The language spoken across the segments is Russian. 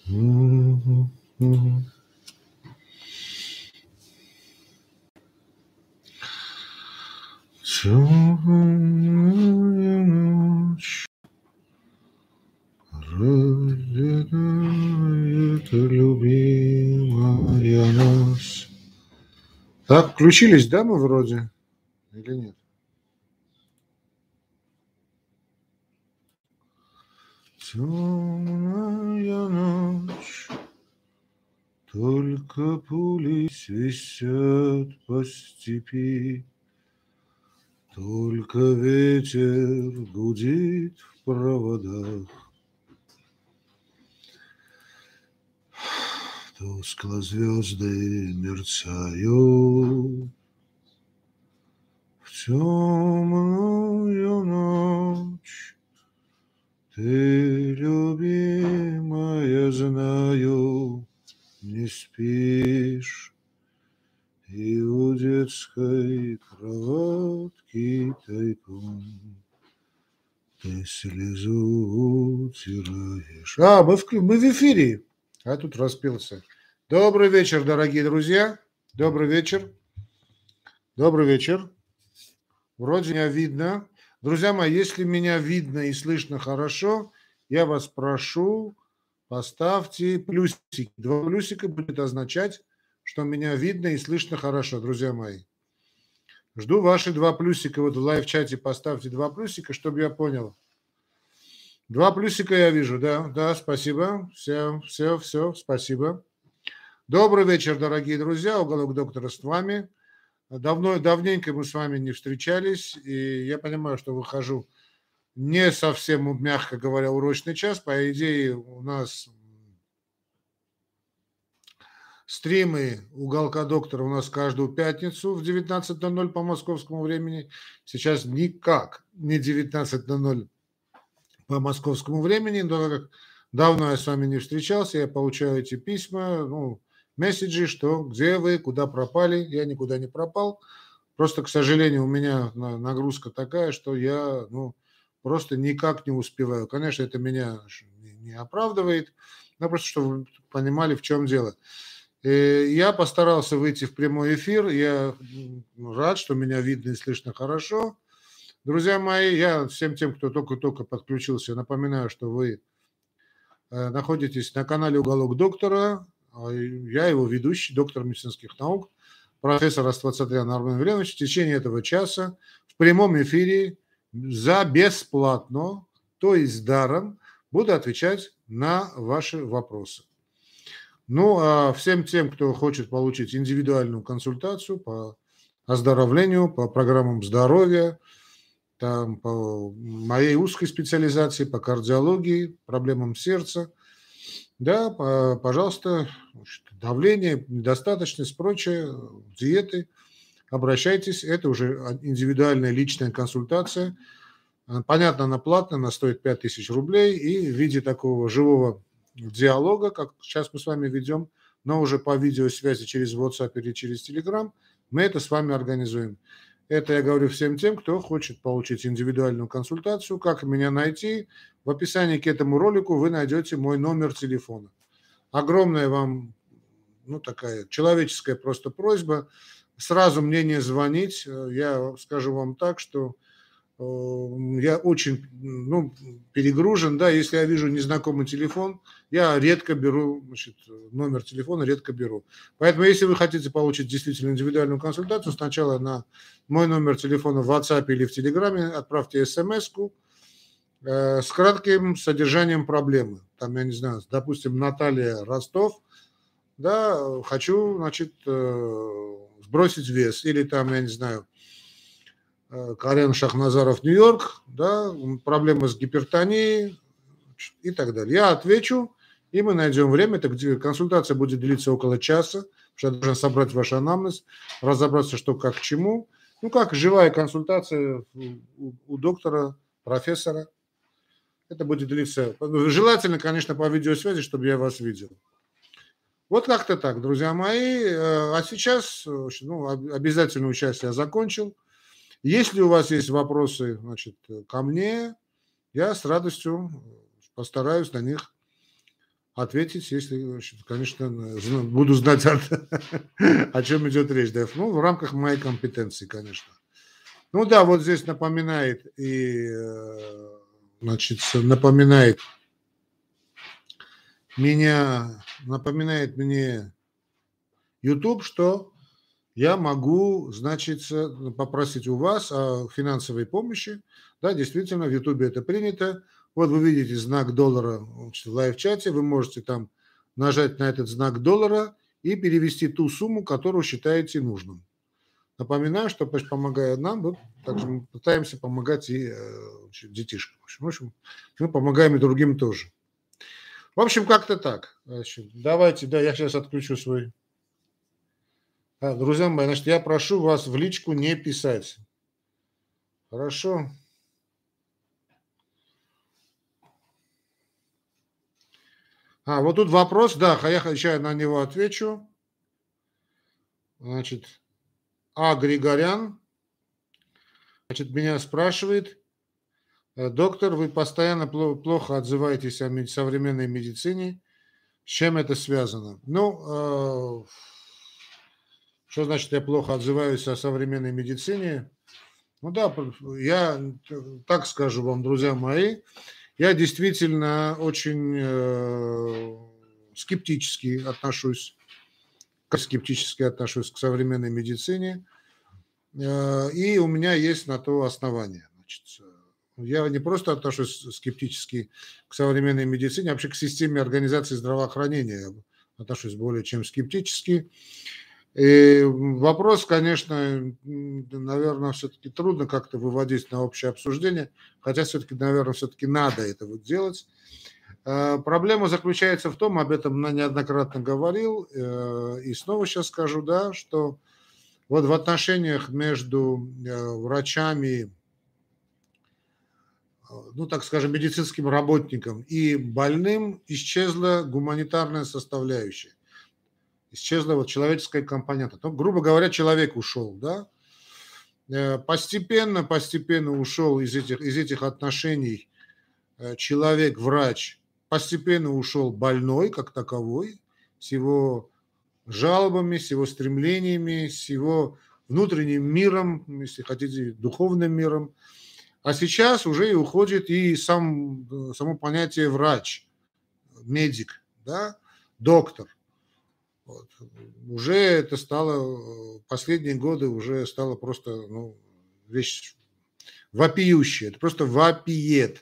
Мгм, мгм. Темная ночь разделяет любимая нас. Так, включились, да, мы вроде? Или нет? Темная ночь, только пули свистят по степи, только ветер гудит в проводах. Тускло звезды мерцают в темную ночь. Ты, любимая, знаю, не спишь, и у детской кроватки тайком ты слезу утираешь. Мы в эфире. А тут распился. Добрый вечер, дорогие друзья. Добрый вечер. Добрый вечер. Вроде меня видно. Друзья мои, если меня видно и слышно хорошо, я вас прошу, поставьте плюсики. 2 плюсика будет означать, что меня видно и слышно хорошо, друзья мои. Жду ваши 2 плюсика. Вот в лайв-чате поставьте 2 плюсика, чтобы я понял. 2 плюсика я вижу, да, да, спасибо. Все, спасибо. Добрый вечер, дорогие друзья. Уголок доктора с вами. Давненько мы с вами не встречались, и я понимаю, что выхожу не совсем, мягко говоря, урочный час. По идее, у нас стримы «Уголка доктора» у нас каждую пятницу в 19:00 по московскому времени. Сейчас никак не 19:00 по московскому времени, но как давно я с вами не встречался, я получаю эти письма, месседжи, что где вы, куда пропали. Я никуда не пропал. Просто, к сожалению, у меня нагрузка такая, что я просто никак не успеваю. Конечно, это меня не оправдывает, но просто, чтобы вы понимали, в чем дело. Я постарался выйти в прямой эфир. Я рад, что меня видно и слышно хорошо. Друзья мои, я всем тем, кто только-только подключился, напоминаю, что вы находитесь на канале «Уголок доктора». Я его ведущий, доктор медицинских наук, профессор Аствацатрян Армен Веленович. В течение этого часа в прямом эфире за бесплатно, то есть даром, буду отвечать на ваши вопросы. Ну, а всем тем, кто хочет получить индивидуальную консультацию по оздоровлению, по программам здоровья, там, по моей узкой специализации, по кардиологии, проблемам сердца, да, пожалуйста, давление, недостаточность, прочее, диеты, обращайтесь. Это уже индивидуальная личная консультация. Понятно, она платная, она стоит 5000 рублей. И в виде такого живого диалога, как сейчас мы с вами ведем, но уже по видеосвязи через WhatsApp или через Telegram, мы это с вами организуем. Это я говорю всем тем, кто хочет получить индивидуальную консультацию. Как меня найти? В описании к этому ролику вы найдете мой номер телефона. Огромная вам, такая человеческая просто просьба сразу мне не звонить. Я скажу вам так, что я очень, перегружен, да, если я вижу незнакомый телефон, я редко беру, номер телефона редко беру. Поэтому, если вы хотите получить действительно индивидуальную консультацию, сначала на мой номер телефона в WhatsApp или в Телеграме отправьте смс-ку с кратким содержанием проблемы. Там, я не знаю, допустим, Наталья Ростов, да, хочу, сбросить вес. Или там, я не знаю, Карен Шахназаров, Нью-Йорк, да, проблемы с гипертонией и так далее. Я отвечу, и мы найдем время. Консультация будет длиться около часа, потому что я должен собрать ваш анамнез, разобраться, что как к чему. Как живая консультация у доктора, профессора. Это будет длиться, желательно, конечно, по видеосвязи, чтобы я вас видел. Вот как-то так, друзья мои. А сейчас обязательную часть я закончил. Если у вас есть вопросы, ко мне, я с радостью постараюсь на них ответить, если, значит, конечно, буду знать, о чем идет речь. Да, ну, в рамках моей компетенции, конечно. Ну да, вот здесь напоминает значит, напоминает мне YouTube, что я могу, значит, попросить у вас о финансовой помощи. Да, действительно, в YouTube это принято. Вот вы видите знак доллара в лайв-чате, вы можете там нажать на этот знак доллара и перевести ту сумму, которую считаете нужным. Напоминаю, что помогая нам, вот также мы пытаемся помогать и детишкам. В общем, мы помогаем и другим тоже. В общем, как-то так. Значит, давайте, да, я сейчас отключу свой. Друзья мои, значит, я прошу вас в личку не писать. Хорошо? Вот тут вопрос, да, я сейчас на него отвечу. Значит, Григорян, значит, меня спрашивает, доктор, вы постоянно плохо отзываетесь о современной медицине. С чем это связано? Ну, что значит, я плохо отзываюсь о современной медицине? Ну да, я так скажу вам, друзья мои, я действительно очень скептически отношусь к современной медицине, и у меня есть на то основания. Значит, я не просто отношусь скептически к современной медицине, а вообще к системе организации здравоохранения я отношусь более чем скептически. И вопрос, конечно, наверное, все-таки трудно как-то выводить на общее обсуждение, хотя все-таки, наверное, все-таки надо это вот делать. Проблема заключается в том, об этом неоднократно говорил, и снова сейчас скажу, да, что вот в отношениях между врачами, ну, так скажем, медицинским работником и больным исчезла гуманитарная составляющая. Исчезла вот человеческая компонента. Ну, грубо говоря, человек ушел, да. Постепенно ушел из этих отношений человек-врач, постепенно ушел больной как таковой, с его жалобами, с его стремлениями, с его внутренним миром, если хотите, духовным миром. А сейчас уже и уходит и само понятие врач, медик, да, доктор. Вот. Уже это стало, последние годы уже стало просто, ну, вещь вопиющая, это просто вопиет.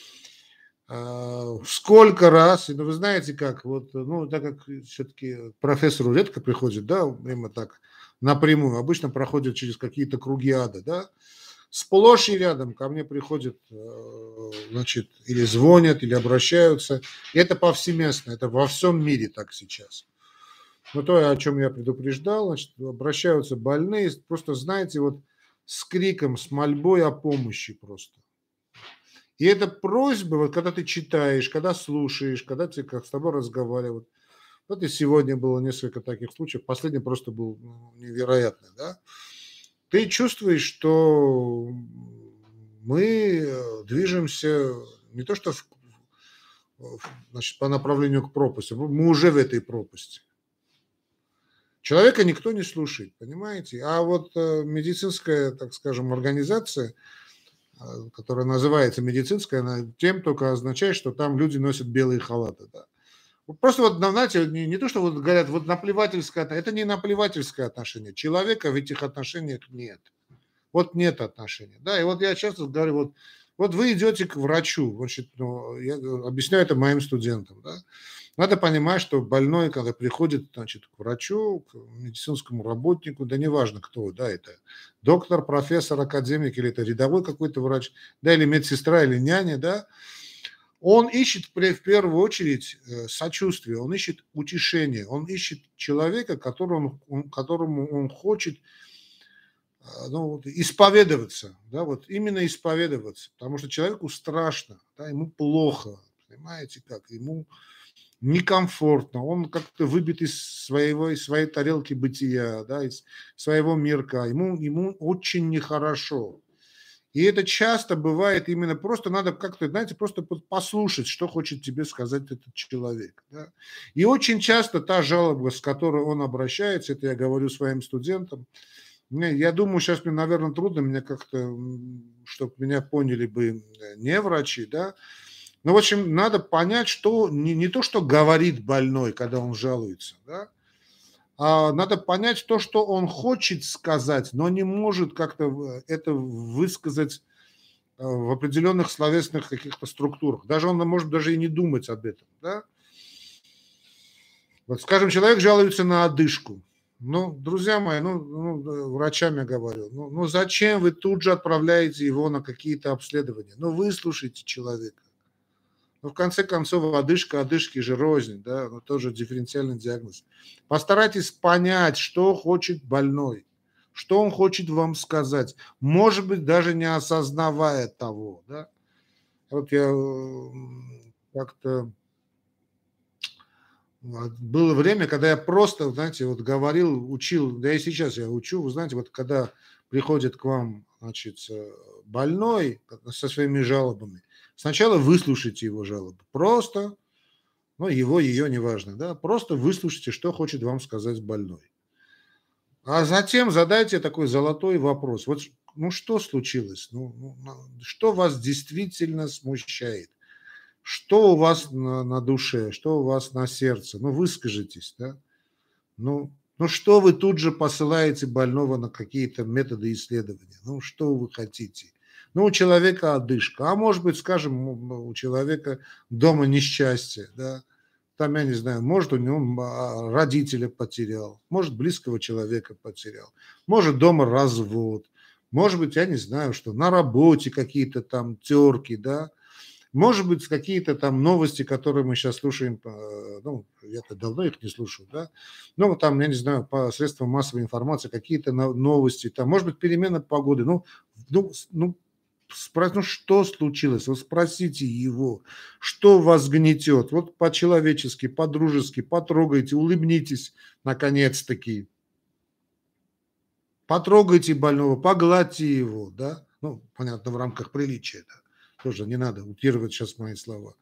Сколько раз, ну, вы знаете как, вот, ну, так как все-таки профессору редко приходит, да, прямо так напрямую, обычно проходит через какие-то круги ада, да, сплошь и рядом ко мне приходят, значит, или звонят, или обращаются, и это повсеместно, это во всем мире так сейчас. Но то, о чем я предупреждал, значит, обращаются больные, просто, знаете, вот с криком, с мольбой о помощи просто. И эта просьба, вот когда ты читаешь, когда слушаешь, когда тебе как с тобой разговаривают, вот и сегодня было несколько таких случаев, последний просто был невероятный, да, ты чувствуешь, что мы движемся не то что значит, по направлению к пропасти, мы уже в этой пропасти. Человека никто не слушает, понимаете? А вот медицинская, так скажем, организация, которая называется медицинская, она тем только означает, что там люди носят белые халаты. Да. Просто вот, знаете, не то, что вот говорят, вот наплевательское, это не наплевательское отношение. Человека в этих отношениях нет. Вот нет отношения. Да, и вот я часто говорю, вот вы идете к врачу, значит, ну, я объясняю это моим студентам, да. Надо понимать, что больной, когда приходит, значит, к врачу, к медицинскому работнику, да неважно кто, да, это доктор, профессор, академик, или это рядовой какой-то врач, да, или медсестра, или няня, да, он ищет в первую очередь сочувствие, он ищет утешение, он ищет человека, которому он хочет, ну, исповедоваться, да, вот именно исповедоваться, потому что человеку страшно, да, ему плохо, понимаете как, ему некомфортно, он как-то выбит из своей тарелки бытия, да, из своего мирка, ему очень нехорошо. И это часто бывает именно просто надо как-то, знаете, просто послушать, что хочет тебе сказать этот человек. Да. И очень часто та жалоба, с которой он обращается, это я говорю своим студентам, я думаю, сейчас мне, наверное, трудно, меня как-то, чтобы меня поняли бы не врачи, да. Ну, в общем, надо понять, что не то, что говорит больной, когда он жалуется, да, а надо понять то, что он хочет сказать, но не может как-то это высказать в определенных словесных каких-то структурах. Даже он может даже и не думать об этом. Да? Вот, скажем, человек жалуется на одышку. Ну, друзья мои, врачам я говорю, зачем вы тут же отправляете его на какие-то обследования? Ну, выслушайте человека. Ну, в конце концов, одышка, одышки же рознь, да, но тоже дифференциальный диагноз. Постарайтесь понять, что хочет больной, что он хочет вам сказать, может быть, даже не осознавая того, да. Вот я как-то было время, когда я просто, знаете, вот говорил, учил, да и сейчас я учу, вы знаете, вот когда приходит к вам, значит, больной со своими жалобами, сначала выслушайте его жалобу, просто, ну, его, ее, неважно, да, просто выслушайте, что хочет вам сказать больной. А затем задайте такой золотой вопрос. Вот, ну, что случилось? Что вас действительно смущает? Что у вас на душе, что у вас на сердце? Ну, выскажитесь, да? Что вы тут же посылаете больного на какие-то методы исследования? Ну, что вы хотите? Ну, у человека одышка, а может быть, скажем, у человека дома несчастье, да? Там, я не знаю, может, у него родителя потерял, может, близкого человека потерял, может, дома развод, может быть, я не знаю, что на работе какие-то там терки, да, может быть, какие-то там новости, которые мы сейчас слушаем, ну, я-то давно их не слушаю, да, ну, там, я не знаю, по средствам массовой информации, какие-то новости, там, может быть, перемена погоды, что случилось? Вот спросите его, что вас гнетет. Вот по-человечески, по-дружески, потрогайте, улыбнитесь, наконец-таки. Потрогайте больного, погладьте его, да. Ну, понятно, в рамках приличия. Да. Тоже не надо утировать сейчас мои слова.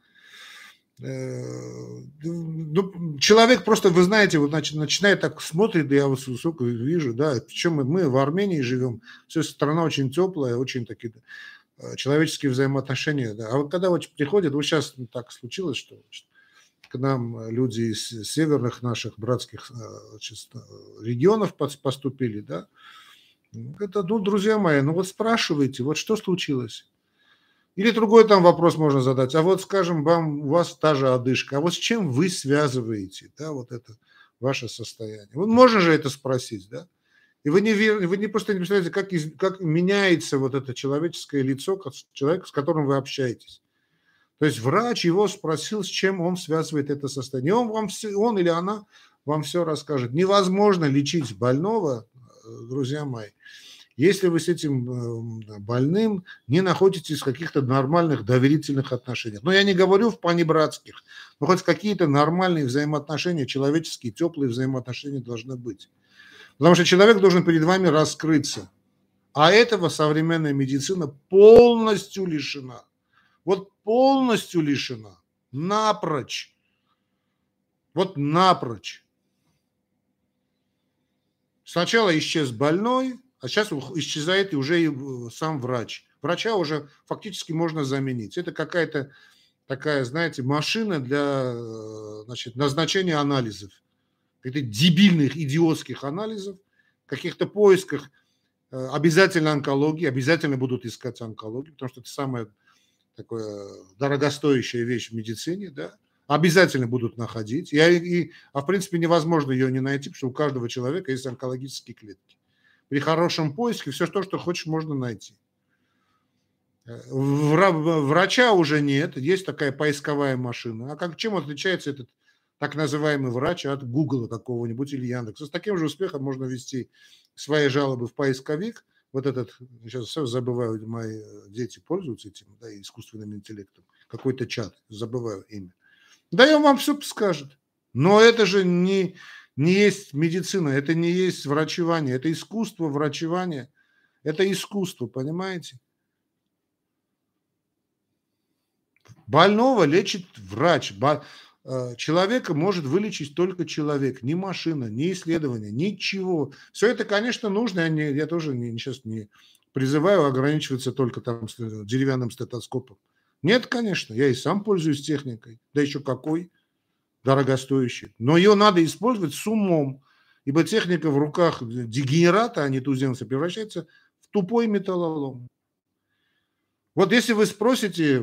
Человек просто, вы знаете, вот начинает так смотрит, я вот высоко вижу, да, причем мы в Армении живем, все, страна очень теплая, очень такие человеческие взаимоотношения. Да. А вот когда вот приходят, вот сейчас так случилось, что к нам люди из северных наших братских регионов поступили, да, это, ну, друзья мои, ну вот спрашивайте, вот что случилось? Или другой там вопрос можно задать. А вот, скажем, у вас та же одышка, а вот с чем вы связываете, да, вот это ваше состояние? Вот можно же это спросить, да? И вы не просто не представляете, как меняется вот это человеческое лицо человека, с которым вы общаетесь. То есть врач его спросил, с чем он связывает это состояние. Он или она вам все расскажет. Невозможно лечить больного, друзья мои, если вы с этим больным не находитесь в каких-то нормальных доверительных отношениях. Но я не говорю в панибратских, но хоть какие-то нормальные взаимоотношения, человеческие, теплые взаимоотношения должны быть. Потому что человек должен перед вами раскрыться. А этого современная медицина полностью лишена. Вот полностью лишена. Напрочь. Вот напрочь. Сначала исчез больной, а сейчас исчезает и уже и сам врач. Врача уже фактически можно заменить. Это какая-то такая, знаете, машина для, значит, назначения анализов. Каких-то дебильных, идиотских анализов, каких-то поисках обязательно онкологии, обязательно будут искать онкологию, потому что это самая такая дорогостоящая вещь в медицине, да, обязательно будут находить. В принципе, невозможно ее не найти, потому что у каждого человека есть онкологические клетки. При хорошем поиске все то, что хочешь, можно найти. Врача уже нет, есть такая поисковая машина. А чем отличается этот так называемый врач от Гугла какого-нибудь или Яндекса? С таким же успехом можно ввести свои жалобы в поисковик. Вот этот, сейчас все забываю, мои дети пользуются этим, да, искусственным интеллектом. Какой-то чат, забываю имя. Да, и он вам все скажет. Но это же не есть медицина, это не есть врачевание, это искусство врачевания, это искусство, понимаете? Больного лечит врач. Человека может вылечить только человек, ни машина, ни исследование, ничего. Все это, конечно, нужно. Я тоже сейчас не призываю ограничиваться только там деревянным стетоскопом. Нет, конечно, я и сам пользуюсь техникой. Да еще какой дорогостоящей. Но ее надо использовать с умом, ибо техника в руках дегенерата, а не туземца, превращается в тупой металлолом. Вот если вы спросите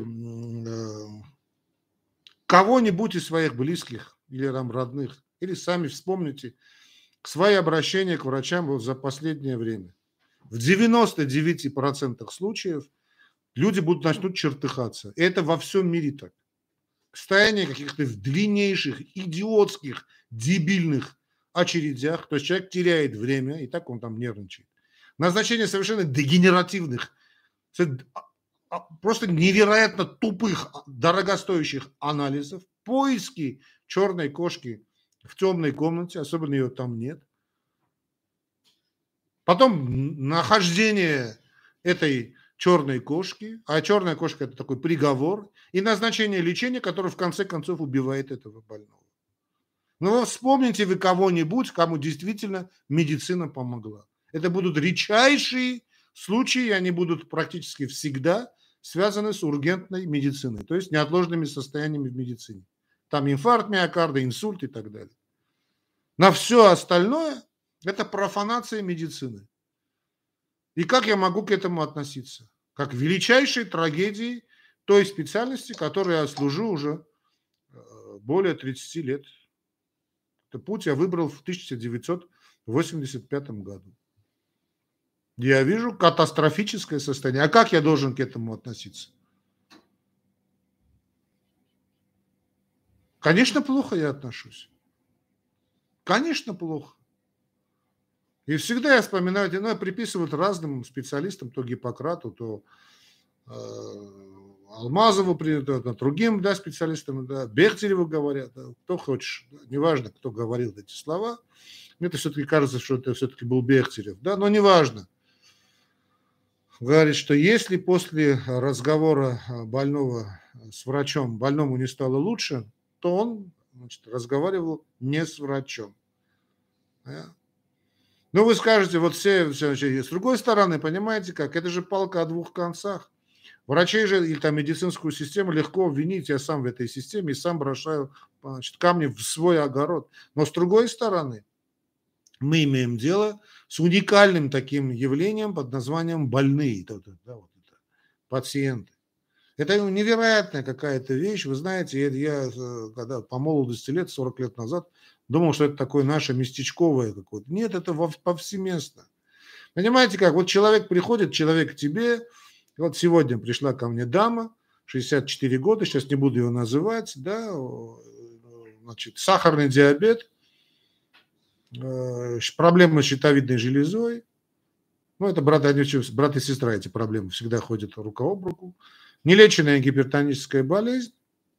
кого-нибудь из своих близких или там родных, или сами вспомните свои обращения к врачам вот за последнее время. В 99% случаев люди начнут чертыхаться. Это во всем мире так. Состояние каких-то длиннейших, идиотских, дебильных очередях, то есть человек теряет время, и так он там нервничает. Назначение совершенно дегенеративных, просто невероятно тупых, дорогостоящих анализов, поиски черной кошки в темной комнате, особенно ее там нет. Потом нахождение этой черной кошки, а черная кошка – это такой приговор, и назначение лечения, которое в конце концов убивает этого больного. Ну, вспомните вы кого-нибудь, кому действительно медицина помогла. Это будут редчайшие случаи, и они будут практически всегда связаны с ургентной медициной, то есть неотложными состояниями в медицине. Там инфаркт миокарда, инсульт и так далее. На все остальное – это профанация медицины. И как я могу к этому относиться? Как к величайшей трагедии той специальности, которой я служу уже более 30 лет. Этот путь я выбрал в 1985 году. Я вижу катастрофическое состояние. А как я должен к этому относиться? Конечно, плохо я отношусь. Конечно, плохо. И всегда я вспоминаю, приписывают разным специалистам, то Гиппократу, то Алмазову, то другим специалистам, Бехтереву говорят, кто хочешь, неважно, кто говорил эти слова. Мне все-таки кажется, что это все-таки был Бехтерев, но неважно. Говорит, что если после разговора больного с врачом больному не стало лучше, то он разговаривал не с врачом. Ну, вы скажете, вот все с другой стороны, понимаете как, это же палка о двух концах. Врачей же или там медицинскую систему легко обвинить, я сам в этой системе и сам бросаю камни в свой огород. Но с другой стороны, мы имеем дело с уникальным таким явлением под названием больные, пациенты. Это невероятная какая-то вещь. Вы знаете, я когда по молодости лет, 40 лет назад, думал, что это такое наше местечковое какое-то. Нет, это повсеместно. Понимаете как? Вот человек приходит, человек к тебе. Вот сегодня пришла ко мне дама, 64 года, сейчас не буду ее называть, сахарный диабет, проблемы с щитовидной железой. Ну, это брат и сестра, эти проблемы всегда ходят рука об руку. Нелеченная гипертоническая болезнь.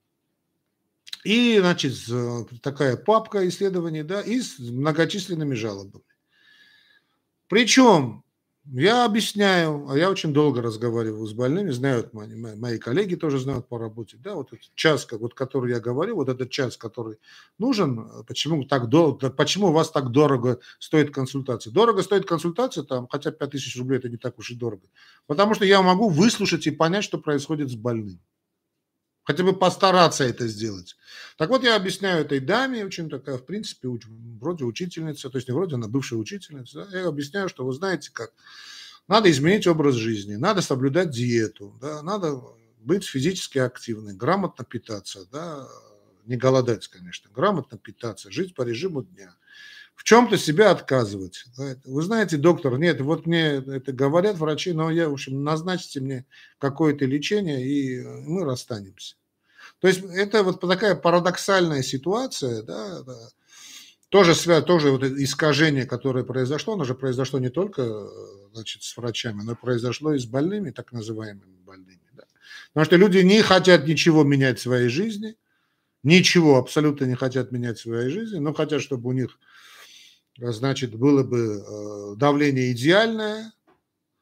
И, такая папка исследований, и с многочисленными жалобами. Причем, я объясняю, а я очень долго разговариваю с больными, знают мои коллеги тоже знают по работе, вот этот час, который я говорю, вот этот час, который нужен, почему у вас так дорого стоит консультация? Дорого стоит консультация, хотя 5000 рублей это не так уж и дорого, потому что я могу выслушать и понять, что происходит с больным. Хотя бы постараться это сделать. Так вот, я объясняю этой даме, очень такая, в принципе, вроде учительница, то есть не вроде, она бывшая учительница. Я объясняю, что вы знаете как, надо изменить образ жизни, надо соблюдать диету, надо быть физически активной, грамотно питаться, не голодать, конечно, грамотно питаться, жить по режиму дня. В чем-то себя отказывать. Вы знаете, доктор, нет, вот мне это говорят врачи, но в общем, назначьте мне какое-то лечение, и мы расстанемся. То есть это вот такая парадоксальная ситуация, тоже вот это искажение, которое произошло, оно же произошло не только с врачами, но произошло и с больными, так называемыми больными. Потому что люди не хотят ничего менять в своей жизни, ничего абсолютно не хотят менять в своей жизни, но хотят, чтобы у них было бы давление идеальное,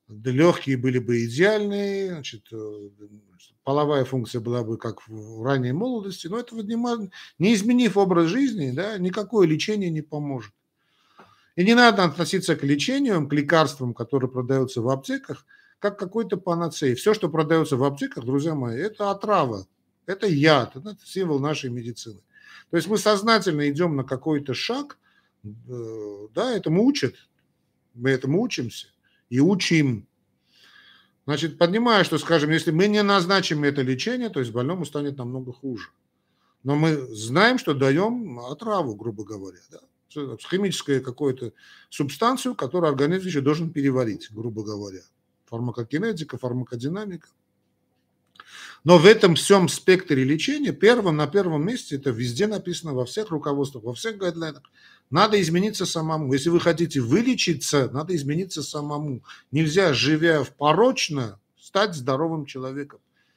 легкие были бы идеальные, значит, половая функция была бы как в ранней молодости, но этого не изменив образ жизни, да, никакое лечение не поможет. И не надо относиться к лечению, к лекарствам, которые продаются в аптеках, как к какой-то панацеи. Все, что продается в аптеках, друзья мои, это отрава, это яд, это символ нашей медицины. То есть мы сознательно идем на какой-то шаг, да, этому учат, мы этому учимся и учим. Значит, понимая, что, скажем, если мы не назначим это лечение, то есть больному станет намного хуже. Но мы знаем, что даем отраву, грубо говоря, да? Химическую какую-то субстанцию, которую организм еще должен переварить, грубо говоря. Фармакокинетика, фармакодинамика. Но в этом всем спектре лечения на первом месте, это везде написано, во всех руководствах, во всех гайдлайнах, надо измениться самому. Если вы хотите вылечиться, надо измениться самому. Нельзя, живя порочно, стать здоровым человеком.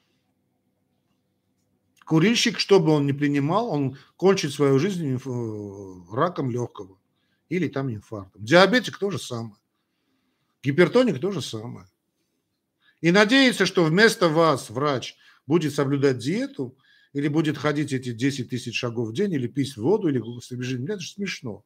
Курильщик, что бы он ни принимал, он кончит свою жизнь раком легкого или там инфарктом. Диабетик то же самое. Гипертоник то же самое. И надеяться, что вместо вас врач будет соблюдать диету или будет ходить эти 10 тысяч шагов в день, или пить воду, или это же смешно.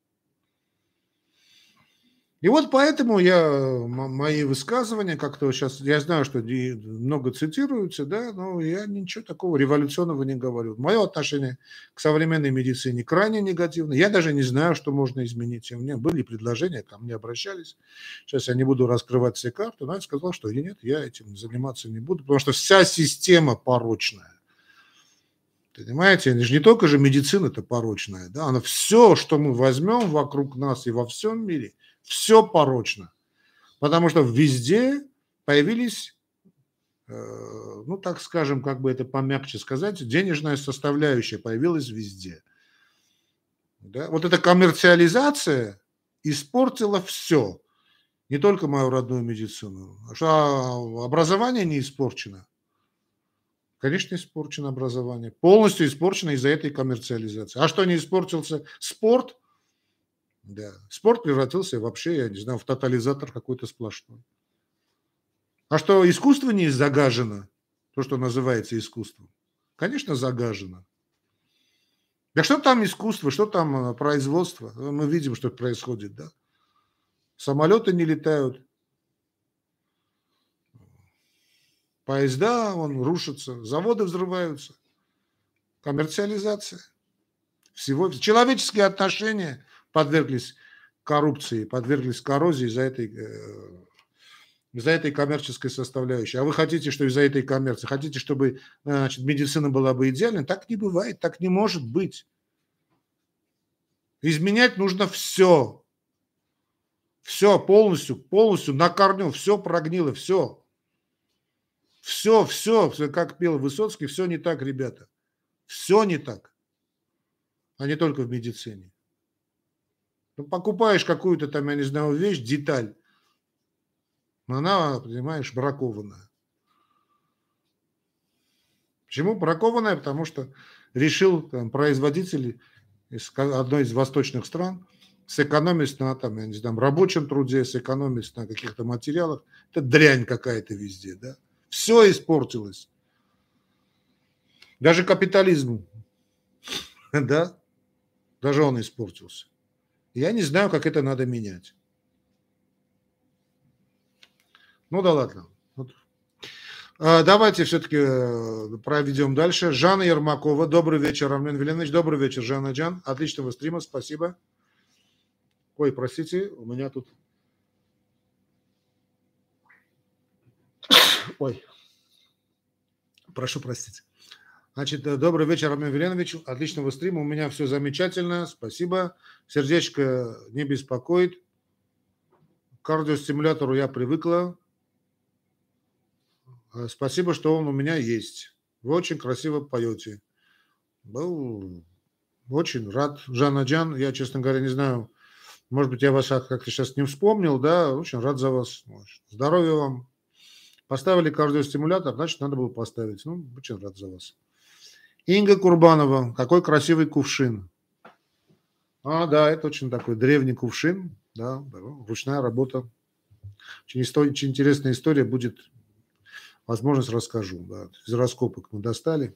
И вот поэтому мои высказывания как-то сейчас, я знаю, что много цитируются, да, но я ничего такого революционного не говорю. Мое отношение к современной медицине крайне негативное. Я даже не знаю, что можно изменить. У меня были предложения, ко мне обращались. Сейчас я не буду раскрывать все карты, но я сказал, что нет, я этим заниматься не буду, потому что вся система порочная. Понимаете, это же не только же медицина-то порочная, да, она все, что мы возьмем вокруг нас и во всем мире, все порочно, потому что везде появились, ну, так скажем, как бы это помягче сказать, денежная составляющая появилась везде. Да? Вот эта коммерциализация испортила все, не только мою родную медицину. Что образование не испорчено? Конечно, испорчено образование. Полностью испорчено из-за этой коммерциализации. А что не испортился? Спорт. Да. Спорт превратился вообще, я не знаю, в тотализатор какой-то сплошной. А что искусство не загажено, то, что называется искусством? Конечно, загажено. Да что там искусство, что там производство? Мы видим, что происходит, да? Самолеты не летают, поезда рушатся, заводы взрываются. Коммерциализация всего. Человеческие отношения подверглись коррупции, подверглись коррозии из-за этой коммерческой составляющей. А вы хотите, что из-за этой коммерции, хотите, чтобы, значит, медицина была бы идеальной? Так не бывает, так не может быть. Изменять нужно все. Все полностью на корню, все прогнило, все. Все, как пел Высоцкий, все не так, ребята. Все не так, а не только в медицине. Ну, покупаешь какую-то там, я не знаю, вещь, деталь, она, понимаешь, бракованная. Почему бракованная? Потому что решил там, производитель из одной из восточных стран сэкономить на там, я не знаю, рабочем труде, сэкономить на каких-то материалах. Это дрянь какая-то везде, да. Все испортилось. Даже капитализм, да, даже он испортился. Я не знаю, как это надо менять. Ну да ладно. Вот. Давайте все-таки проведем дальше. Жанна Ермакова. Добрый вечер, Армен Веленович. Добрый вечер, Жанна Джан. Отличного стрима, спасибо. Ой, простите, у меня тут... Ой, прошу простить. Значит, добрый вечер, Армен Веленович. Отличного стрима. У меня все замечательно. Спасибо. Сердечко не беспокоит. К кардиостимулятору я привыкла. Спасибо, что он у меня есть. Вы очень красиво поете. Был очень рад, Жанна Джан. Я, честно говоря, не знаю, может быть, я вас как-то сейчас не вспомнил, да, очень рад за вас. Здоровья вам. Поставили кардиостимулятор, значит, надо было поставить. Ну, очень рад за вас. Инга Курбанова. Какой красивый кувшин. Да, это очень такой древний кувшин, да, ручная работа. Очень интересная история будет, возможность расскажу. Да. Из раскопок мы достали.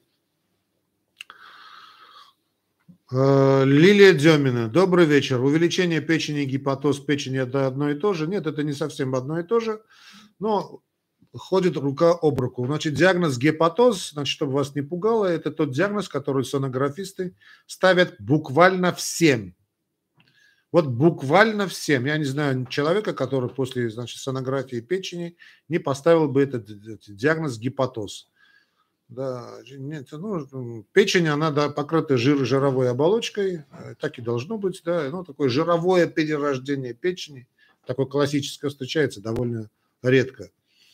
Лилия Демина. Добрый вечер. Увеличение печени и гепатоз печени – это одно и то же? Нет, это не совсем одно и то же, но ходит рука об руку. Значит, диагноз гепатоз, значит, чтобы вас не пугало, это тот диагноз, который сонографисты ставят буквально всем. Вот буквально всем. Я не знаю человека, который после, значит, сонографии печени не поставил бы этот диагноз гепатоз. Да, нет, ну, печень, она да, покрыта жировой оболочкой, так и должно быть, да, ну, такое жировое перерождение печени, такое классическое встречается довольно редко.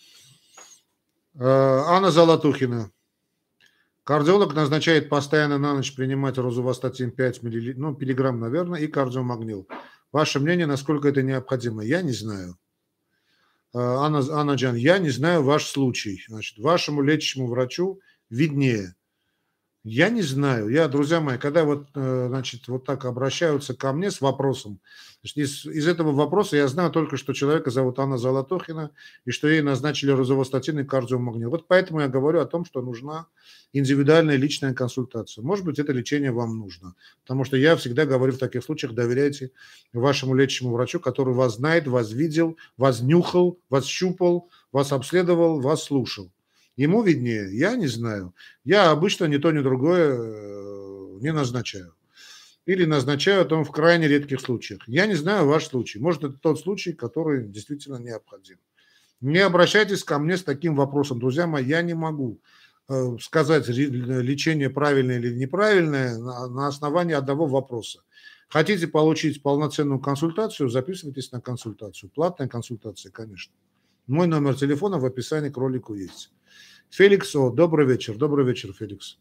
Анна Золотухина. Кардиолог назначает постоянно на ночь принимать розувастатин 5 миллиграмм, наверное, и кардиомагнил. Ваше мнение, насколько это необходимо? Я не знаю. Анна Джан, я не знаю ваш случай. Значит, вашему лечащему врачу виднее. Я не знаю. Я, друзья мои, когда вот, значит, вот так обращаются ко мне с вопросом, значит, из этого вопроса я знаю только, что человека зовут Анна Золотухина и что ей назначили розувастатин и кардиомагнил. Вот поэтому я говорю о том, что нужна индивидуальная личная консультация. Может быть, это лечение вам нужно. Потому что я всегда говорю в таких случаях, доверяйте вашему лечащему врачу, который вас знает, вас видел, вас нюхал, вас щупал, вас обследовал, вас слушал. Ему виднее, я не знаю. Я обычно ни то, ни другое не назначаю. Или назначаю там в крайне редких случаях. Я не знаю ваш случай. Может, это тот случай, который действительно необходим. Не обращайтесь ко мне с таким вопросом. Друзья мои, я не могу сказать, лечение правильное или неправильное на основании одного вопроса. Хотите получить полноценную консультацию, записывайтесь на консультацию. Платная консультация, конечно. Мой номер телефона в описании к ролику есть. Феликс, добрый вечер. Добрый вечер, Феликс.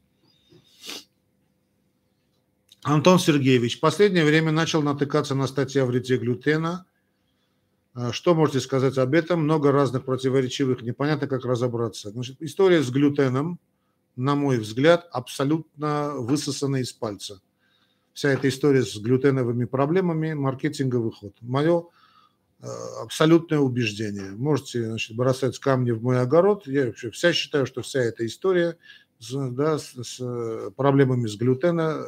Антон Сергеевич, в последнее время начал натыкаться на статьи о вреде глютена. Что можете сказать об этом? Много разных противоречивых, непонятно, как разобраться. Значит, история с глютеном, на мой взгляд, абсолютно высосана из пальца. Вся эта история с глютеновыми проблемами, маркетинговый ход. Мое абсолютное убеждение. Можете, значит, бросать камни в мой огород. Я вообще считаю, что вся эта история с проблемами с глютена,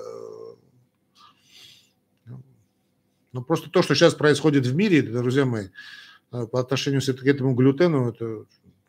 ну, просто то, что сейчас происходит в мире, друзья мои, по отношению к этому глютену, это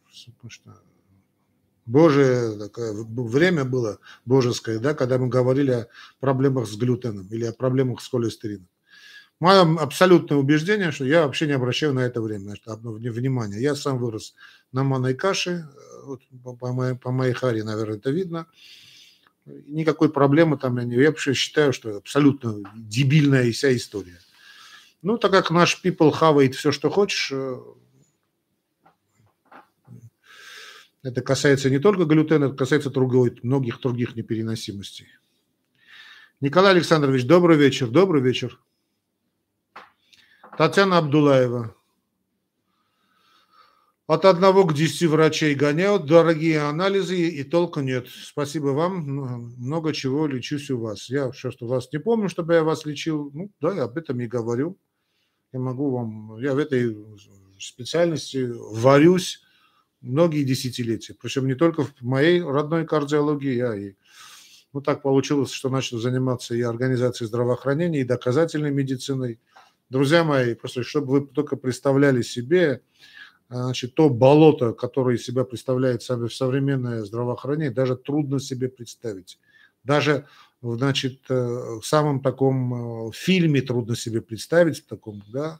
Божие такое время было божеское, да, когда мы говорили о проблемах с глютеном или о проблемах с холестерином. Мое абсолютное убеждение, что я вообще не обращаю на это внимания. Я сам вырос на манной каше, вот, по моей харе, наверное, это видно. Никакой проблемы там я не... Я вообще считаю, что абсолютно дебильная вся история. Ну, так как наш people хавает все, что хочешь, это касается не только глютена, это касается многих других непереносимостей. Николай Александрович, добрый вечер. Добрый вечер. Татьяна Абдулаева. От 1 к 10 врачей гоняют, дорогие анализы и толка нет. Спасибо вам, много чего лечусь у вас. Я что вас не помню, чтобы я вас лечил. Ну, да, я об этом и говорю. Я в этой специальности варюсь многие десятилетия. Причем не только в моей родной кардиологии, ну, так получилось, что начал заниматься и организацией здравоохранения, и доказательной медициной. Друзья мои, просто чтобы вы только представляли себе, значит, то болото, которое из себя представляет современное здравоохранение, даже трудно себе представить. Даже, значит, в самом таком фильме трудно себе представить, в таком, да,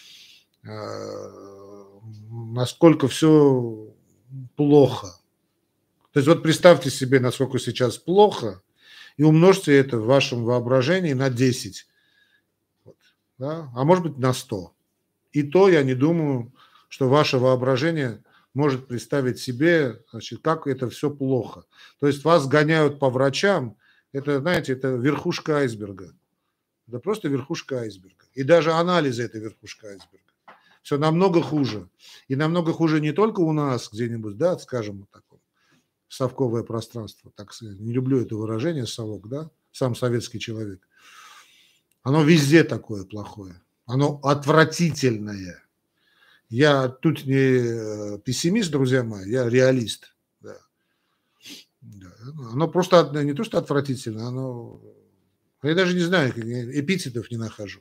насколько все плохо. То есть вот представьте себе, насколько сейчас плохо, и умножьте это в вашем воображении на 10, вот, да? А может быть на 100. И то я не думаю, что ваше воображение может представить себе, значит, как это все плохо. То есть вас гоняют по врачам, это, знаете, это верхушка айсберга. Это просто верхушка айсберга. И даже анализы – это верхушка айсберга. Все намного хуже. И намного хуже не только у нас где-нибудь, да, скажем, вот такое совковое пространство, так сказать. Не люблю это выражение совок, да, сам советский человек. Оно везде такое плохое. Оно отвратительное. Я тут не пессимист, друзья мои, я реалист. Да. Да. Оно просто не то, что отвратительно, оно... Я даже не знаю, эпитетов не нахожу.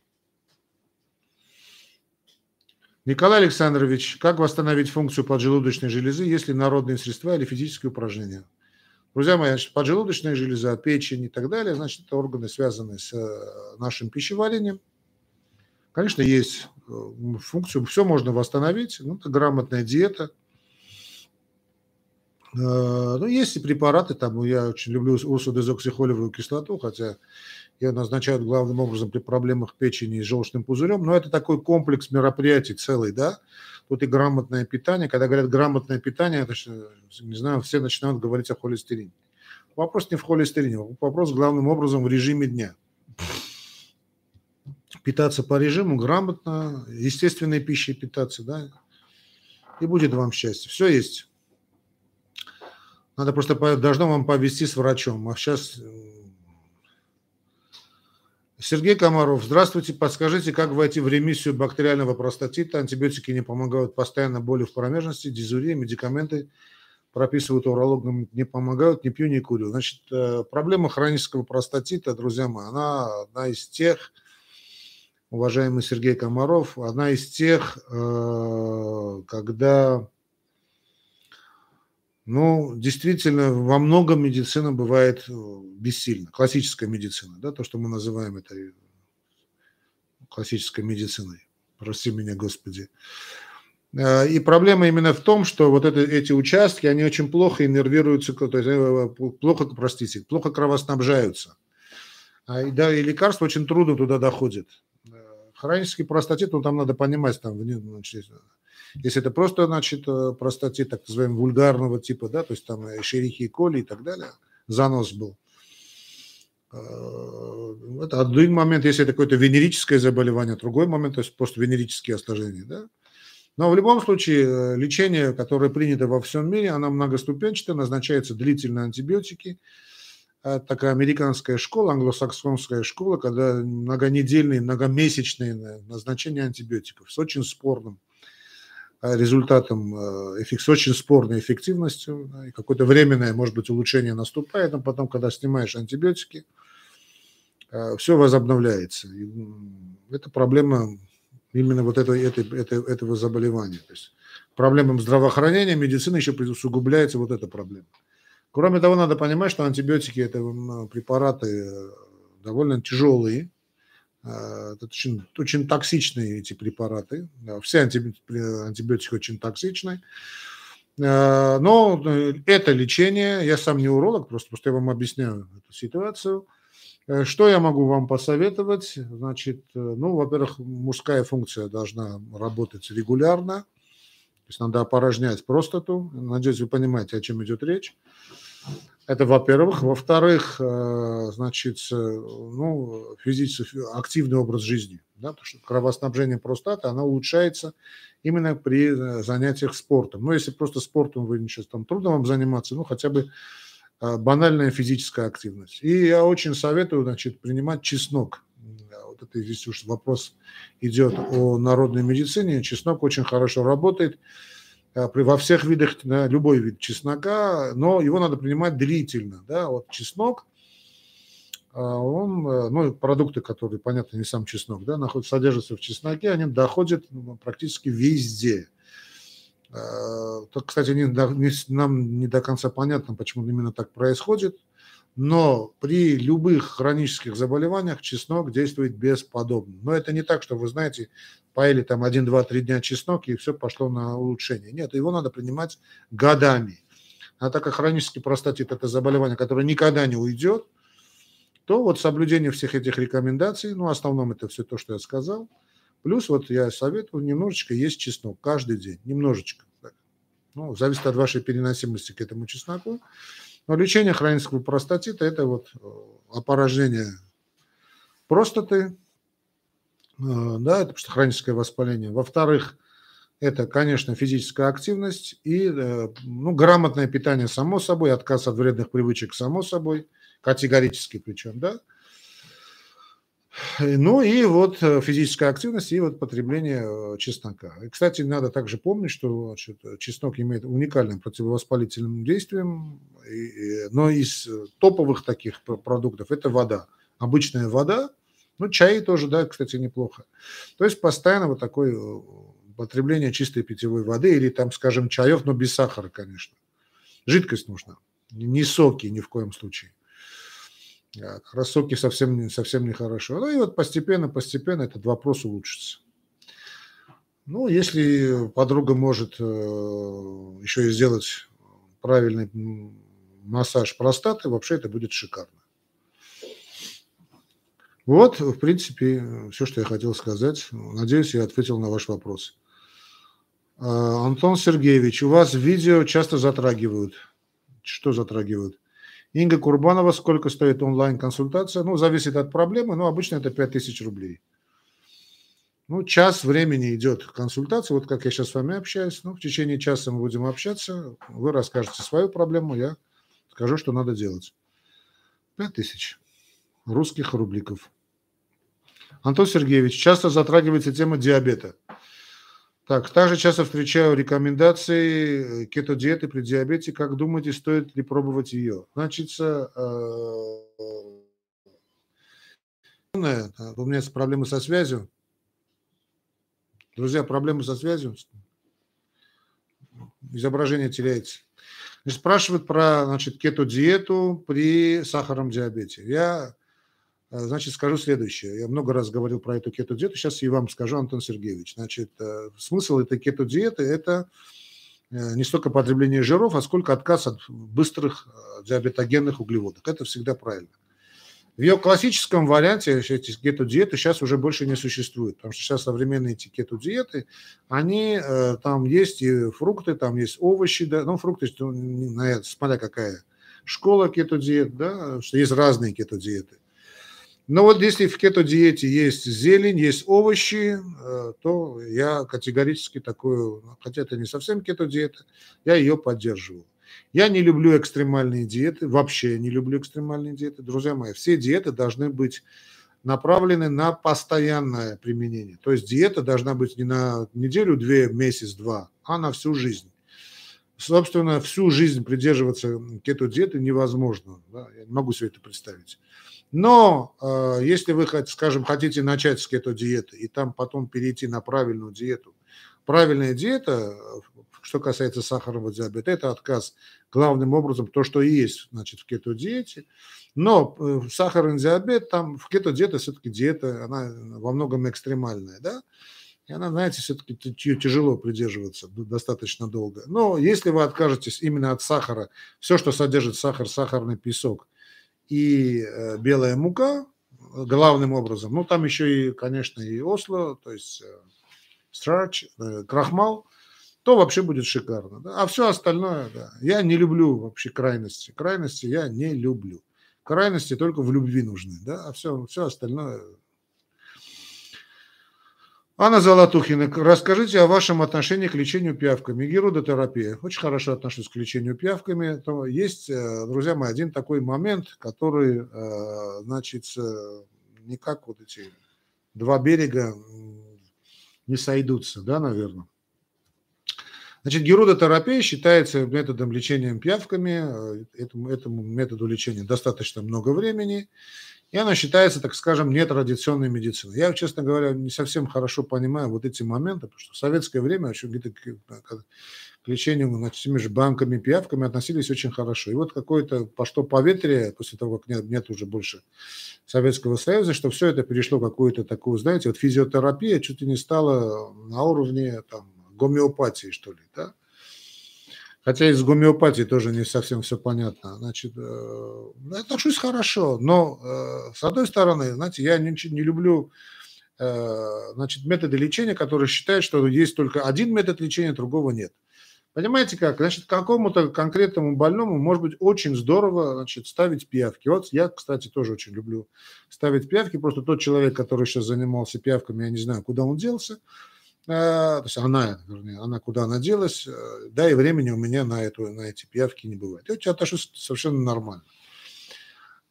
Николай Александрович, как восстановить функцию поджелудочной железы, если народные средства или физические упражнения? Друзья мои, значит, поджелудочная железа, печень и так далее, значит, это органы, связанные с нашим пищеварением. Конечно, есть функцию, все можно восстановить, ну, это грамотная диета. Ну, есть и препараты, там, я очень люблю урсодезоксихолевую кислоту, хотя ее назначают главным образом при проблемах печени и с желчным пузырем, но это такой комплекс мероприятий целый, да. Тут и грамотное питание. Когда говорят грамотное питание, это, не знаю, все начинают говорить о холестерине. Вопрос не в холестерине, вопрос главным образом в режиме дня. Питаться по режиму грамотно, естественной пищей питаться, да, и будет вам счастье. Все есть. Надо просто, должно вам повести с врачом. А сейчас... Сергей Комаров, здравствуйте, подскажите, как войти в ремиссию бактериального простатита? Антибиотики не помогают, постоянно боли в промежности, дизурия, медикаменты прописывают урологам, не помогают, не пью, не курю. Значит, проблема хронического простатита, друзья мои, она одна из тех, уважаемый Сергей Комаров, одна из тех, когда... Ну, действительно, во многом медицина бывает бессильна. Классическая медицина, да, то, что мы называем это классической медициной. Прости меня, Господи. И проблема именно в том, что вот эти участки, они очень плохо иннервируются, то есть плохо, простите, плохо кровоснабжаются. Да, и лекарства очень трудно туда доходят. Хронический простатит, ну, там надо понимать, там, значит, если это просто, значит, простатит, так называемого вульгарного типа, да, то есть там эшерихия коли и так далее, занос был. Это один момент, если это какое-то венерическое заболевание, другой момент, то есть поственерические осложнения, да. Но в любом случае лечение, которое принято во всем мире, оно многоступенчатое, назначаются длительные антибиотики. Такая американская школа, англосаксонская школа, когда многонедельные, многомесячные назначения антибиотиков с очень спорным результатом, с очень спорной эффективностью. И какое-то временное, может быть, улучшение наступает, но потом, когда снимаешь антибиотики, все возобновляется. И это проблема именно вот этого заболевания. То есть проблемам здравоохранения, медицины еще усугубляется вот эта проблема. Кроме того, надо понимать, что антибиотики – это препараты довольно тяжелые, это очень, очень токсичные эти препараты. Все антибиотики очень токсичны. Но это лечение, я сам не уролог, просто я вам объясняю эту ситуацию. Что я могу вам посоветовать? Значит, ну, во-первых, мужская функция должна работать регулярно. То есть надо опорожнять простату. Надеюсь, вы понимаете, о чем идет речь. Это, во-первых. Во-вторых, значит, ну, активный образ жизни. Да, потому что кровоснабжение простаты, оно улучшается именно при занятиях спортом. Ну, если просто спортом вы сейчас там трудно вам заниматься, ну, хотя бы банальная физическая активность. И я очень советую, значит, принимать чеснок. Вот это здесь уж вопрос идет о народной медицине. Чеснок очень хорошо работает во всех видах, любой вид чеснока, но его надо принимать длительно. Да? Вот чеснок, он, ну, продукты, которые, понятно, не сам чеснок, да, содержатся в чесноке, они доходят практически везде. Кстати, нам не до конца понятно, почему именно так происходит, но при любых хронических заболеваниях чеснок действует бесподобно. Но это не так, что вы знаете, поели там 1, 2, 3 дня чеснок и все пошло на улучшение. Нет, его надо принимать годами. А так как хронический простатит – это заболевание, которое никогда не уйдет, то вот соблюдение всех этих рекомендаций, ну, в основном это все то, что я сказал, плюс вот я советую немножечко есть чеснок каждый день, немножечко. Ну, зависит от вашей переносимости к этому чесноку. Но лечение хронического простатита – это вот опорожнение простаты, да, это просто хроническое воспаление. Во-вторых, это, конечно, физическая активность и, ну, грамотное питание, само собой, отказ от вредных привычек, само собой, категорически причем, да. Ну и вот физическая активность и вот потребление чеснока. И, кстати, надо также помнить, что значит, чеснок имеет уникальным противовоспалительным действием, но из топовых таких продуктов это вода. Обычная вода, ну чай тоже, да, кстати, неплохо. То есть постоянно вот такое потребление чистой питьевой воды или там, скажем, чаев, но без сахара, конечно. Жидкость нужна, не соки ни в коем случае. Рассолки совсем нехорошо. Ну и вот постепенно этот вопрос улучшится. Ну, если подруга может еще и сделать правильный массаж простаты, вообще это будет шикарно. Вот, в принципе, все, что я хотел сказать. Надеюсь, я ответил на ваш вопрос. Антон Сергеевич, у вас видео часто затрагивают. Что затрагивают? Инга Курбанова, сколько стоит онлайн-консультация? Ну, зависит от проблемы, но обычно это 5000 рублей. Ну, час времени идет консультация, вот как я сейчас с вами общаюсь. Ну, в течение часа мы будем общаться, вы расскажете свою проблему, я скажу, что надо делать. 5000 русских рубликов. Антон Сергеевич, часто затрагивается тема диабета. Так, также часто встречаю рекомендации кето-диеты при диабете. Как думаете, стоит ли пробовать ее? Значит, у меня проблемы со связью. Друзья, проблемы со связью. Изображение теряется. Значит, спрашивают про, значит, кето-диету при сахарном диабете. Я, значит, скажу следующее. Я много раз говорил про эту кето-диету, сейчас и вам скажу, Антон Сергеевич. Значит, смысл этой кето-диеты – это не столько потребление жиров, а сколько отказ от быстрых диабетогенных углеводов. Это всегда правильно. В ее классическом варианте эти кето-диеты сейчас уже больше не существует, потому что сейчас современные эти кето-диеты, они, там есть и фрукты, там есть овощи, да, ну, фрукты, смотря какая школа кето-диет, да, что есть разные кето-диеты. Но вот если в кето-диете есть зелень, есть овощи, то я категорически такую, хотя это не совсем кето-диета, я ее поддерживаю. Я не люблю экстремальные диеты, вообще не люблю экстремальные диеты. Друзья мои, все диеты должны быть направлены на постоянное применение. То есть диета должна быть не на неделю, две, месяц, два, а на всю жизнь. Собственно, всю жизнь придерживаться кето-диеты невозможно. Да? Я не могу себе это представить. Но если вы, скажем, хотите начать с кето-диеты и там потом перейти на правильную диету, правильная диета, что касается сахарного диабета, это отказ главным образом, то, что и есть, значит, в кето-диете. Но сахарный диабет, там в кето-диета все-таки диета, она во многом экстремальная, да, и она, знаете, все-таки ее тяжело придерживаться достаточно долго. Но если вы откажетесь именно от сахара, все, что содержит сахар, сахарный песок и белая мука, главным образом, ну, там еще и, конечно, и осло, то есть старч, крахмал, то вообще будет шикарно. Да? А все остальное, да. Я не люблю вообще крайности. Крайности я не люблю. Крайности только в любви нужны, да, а все остальное. Анна Золотухина, расскажите о вашем отношении к лечению пиявками. Герудотерапия. Очень хорошо отношусь к лечению пиявками. То есть, друзья мои, один такой момент, который, значит, никак вот эти два берега не сойдутся, да, наверное. Значит, герудотерапия считается методом лечения пиявками. Этому методу лечения достаточно много времени. И она считается, так скажем, нетрадиционной медициной. Я, честно говоря, не совсем хорошо понимаю вот эти моменты, потому что в советское время еще где-то к лечению, значит, теми же банками, пиявками относились очень хорошо. И вот какое-то пошло поветрие, после того, как нет уже больше Советского Союза, что все это перешло в какую-то такую, знаете, вот физиотерапия чуть ли не стала на уровне там, гомеопатии, что ли, да? Хотя и с гомеопатией тоже не совсем все понятно. Значит, я отношусь хорошо, но, с одной стороны, знаете, я не люблю, значит, методы лечения, которые считают, что есть только один метод лечения, другого нет. Понимаете как? Значит, какому-то конкретному больному может быть очень здорово, значит, ставить пиявки. Вот я, кстати, тоже очень люблю ставить пиявки. Просто тот человек, который сейчас занимался пиявками, я не знаю, куда он делся. То есть она, вернее, она куда она делась, да, и времени у меня на эти пиявки не бывает. Я отношусь совершенно нормально.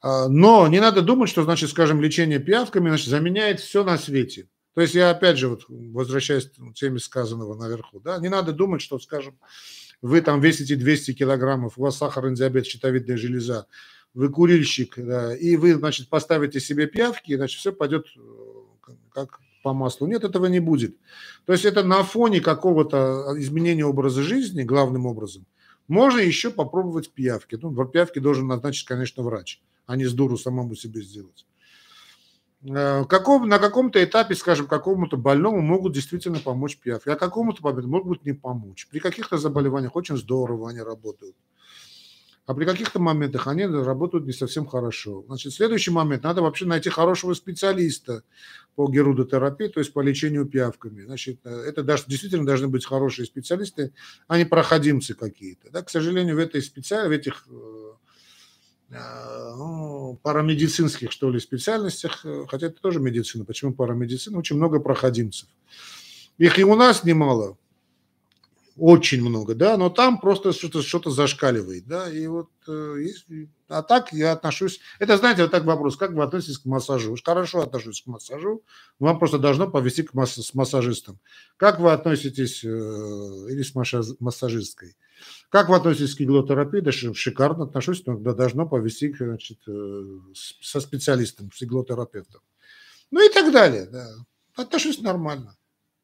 Но не надо думать, что, значит, скажем, лечение пиявками, значит, заменяет все на свете. То есть я опять же, вот, возвращаясь к теме сказанного наверху, да, не надо думать, что, скажем, вы там весите 200 килограммов, у вас сахарный диабет, щитовидная железа, вы курильщик, да, и вы, значит, поставите себе пиявки, и, значит, все пойдет как по маслу. Нет, этого не будет. То есть это на фоне какого-то изменения образа жизни, главным образом, можно еще попробовать пиявки. Ну, пиявки должен назначить, конечно, врач, а не с дуру самому себе сделать. На каком-то этапе, скажем, какому-то больному могут действительно помочь пиявки, а какому-то могут не помочь. При каких-то заболеваниях очень здорово они работают, а при каких-то моментах они работают не совсем хорошо. Значит, следующий момент. Надо вообще найти хорошего специалиста по герудотерапии, то есть по лечению пиявками. Значит, это действительно должны быть хорошие специалисты, а не проходимцы какие-то. Да, к сожалению, в этих парамедицинских, что ли, специальностях, хотя это тоже медицина. Почему парамедицина? Очень много проходимцев. Их и у нас немало, очень много, да, но там просто что-то зашкаливает, да, и вот, а так я отношусь, это, знаете, вот так вопрос, как вы относитесь к массажу? Уж хорошо отношусь к массажу, вам просто должно повести с массажистом. Как вы относитесь, или с массажисткой? Как вы относитесь к иглотерапии? Да шикарно отношусь, но должно повести, значит, со специалистом, с иглотерапевтом. Ну и так далее, да. Отношусь нормально.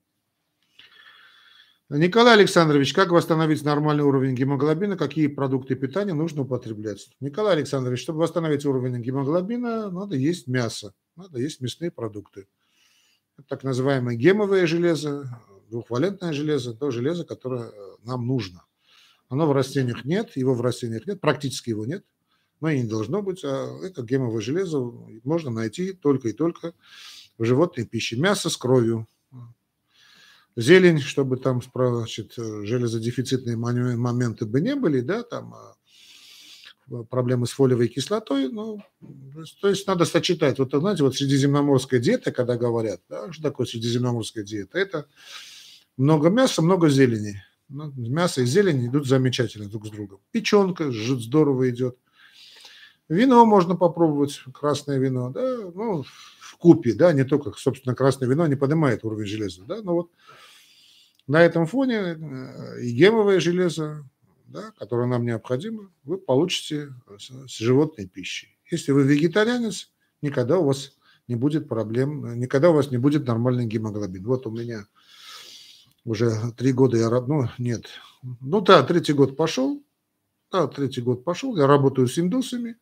Николай Александрович, как восстановить нормальный уровень гемоглобина? Какие продукты питания нужно употреблять? Николай Александрович, чтобы восстановить уровень гемоглобина, надо есть мясо, надо есть мясные продукты. Это так называемое гемовое железо, двухвалентное железо, то железо, которое нам нужно. Оно в растениях нет, его в растениях нет, практически его нет, но и не должно быть. А это гемовое железо можно найти только и только в животной пище. Мясо с кровью, зелень, чтобы там, значит, железодефицитные моменты бы не были, да, там проблемы с фолиевой кислотой, ну, то есть надо сочетать. Вот, знаете, вот средиземноморская диета, когда говорят, да, что такое средиземноморская диета, это много мяса, много зелени. Ну, мясо и зелень идут замечательно друг с другом. Печенка здорово идет. Вино можно попробовать, красное вино, да, ну, в купе, да, не только, собственно, красное вино не поднимает уровень железа, да, но вот на этом фоне и гемовое железо, да, которое нам необходимо, вы получите с животной пищей. Если вы вегетарианец, никогда у вас не будет проблем, никогда у вас не будет нормальный гемоглобин. Вот у меня уже 3 года третий год пошел, я работаю с индусами,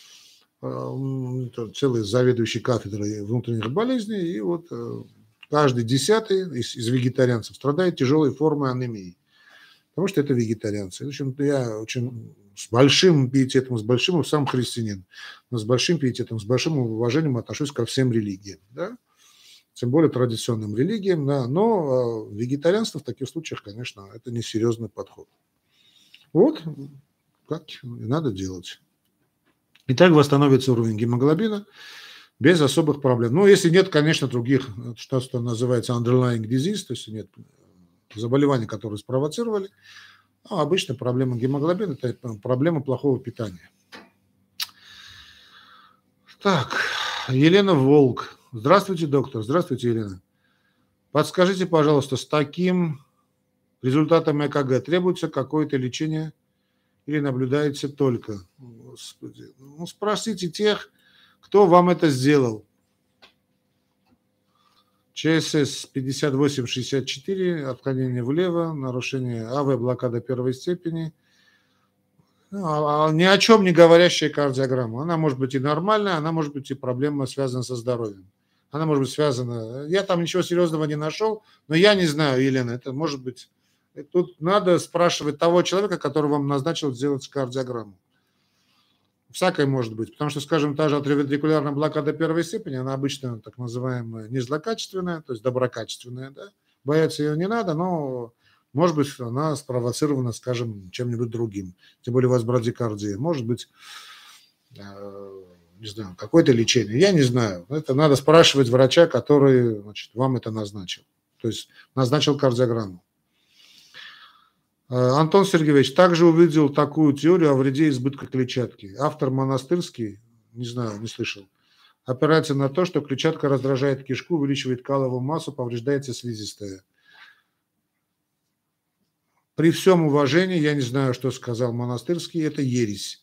целый заведующий кафедрой внутренних болезней, и вот каждый 10-й из вегетарианцев страдает тяжелой формой анемии, потому что это вегетарианцы. В общем, я очень с большим пиететом, сам христианин, но с большим пиететом, с большим уважением отношусь ко всем религиям, да? Тем более традиционным религиям, да, но вегетарианство в таких случаях, конечно, это несерьезный подход. Вот как и надо делать. И так восстановится уровень гемоглобина без особых проблем. Ну, если нет, конечно, других, что называется underlying disease, то есть нет заболеваний, которые спровоцировали, обычно проблема гемоглобина – это проблема плохого питания. Так, Елена Волк. Здравствуйте, доктор. Здравствуйте, Елена. Подскажите, пожалуйста, с таким результатом ЭКГ требуется какое-то лечение или наблюдается только? Господи. Ну, спросите тех, кто вам это сделал. ЧСС 5864, отклонение влево, нарушение АВ, блокада первой степени. Ни о чем не говорящая кардиограмма. Она может быть и нормальная, она может быть и проблема связана со здоровьем. Она может быть связана... Я там ничего серьезного не нашел, но я не знаю, Елена, это может быть... Тут надо спрашивать того человека, который вам назначил сделать кардиограмму. Всякое может быть, потому что, скажем, та же атриовентрикулярная блокада первой степени, она обычно так называемая не злокачественная, то есть доброкачественная, да? Бояться ее не надо, но, может быть, она спровоцирована, скажем, чем-нибудь другим. Тем более у вас брадикардия. Может быть, не знаю, какое-то лечение. Я не знаю. Это надо спрашивать врача, который, значит, вам это назначил. То есть назначил кардиограмму. Антон Сергеевич также увидел такую теорию о вреде избытка клетчатки. Автор Монастырский, Не знаю, не слышал. Опирается на то, что клетчатка раздражает кишку, увеличивает каловую массу, повреждается слизистая. При всем уважении, я не знаю, что сказал Монастырский, это ересь.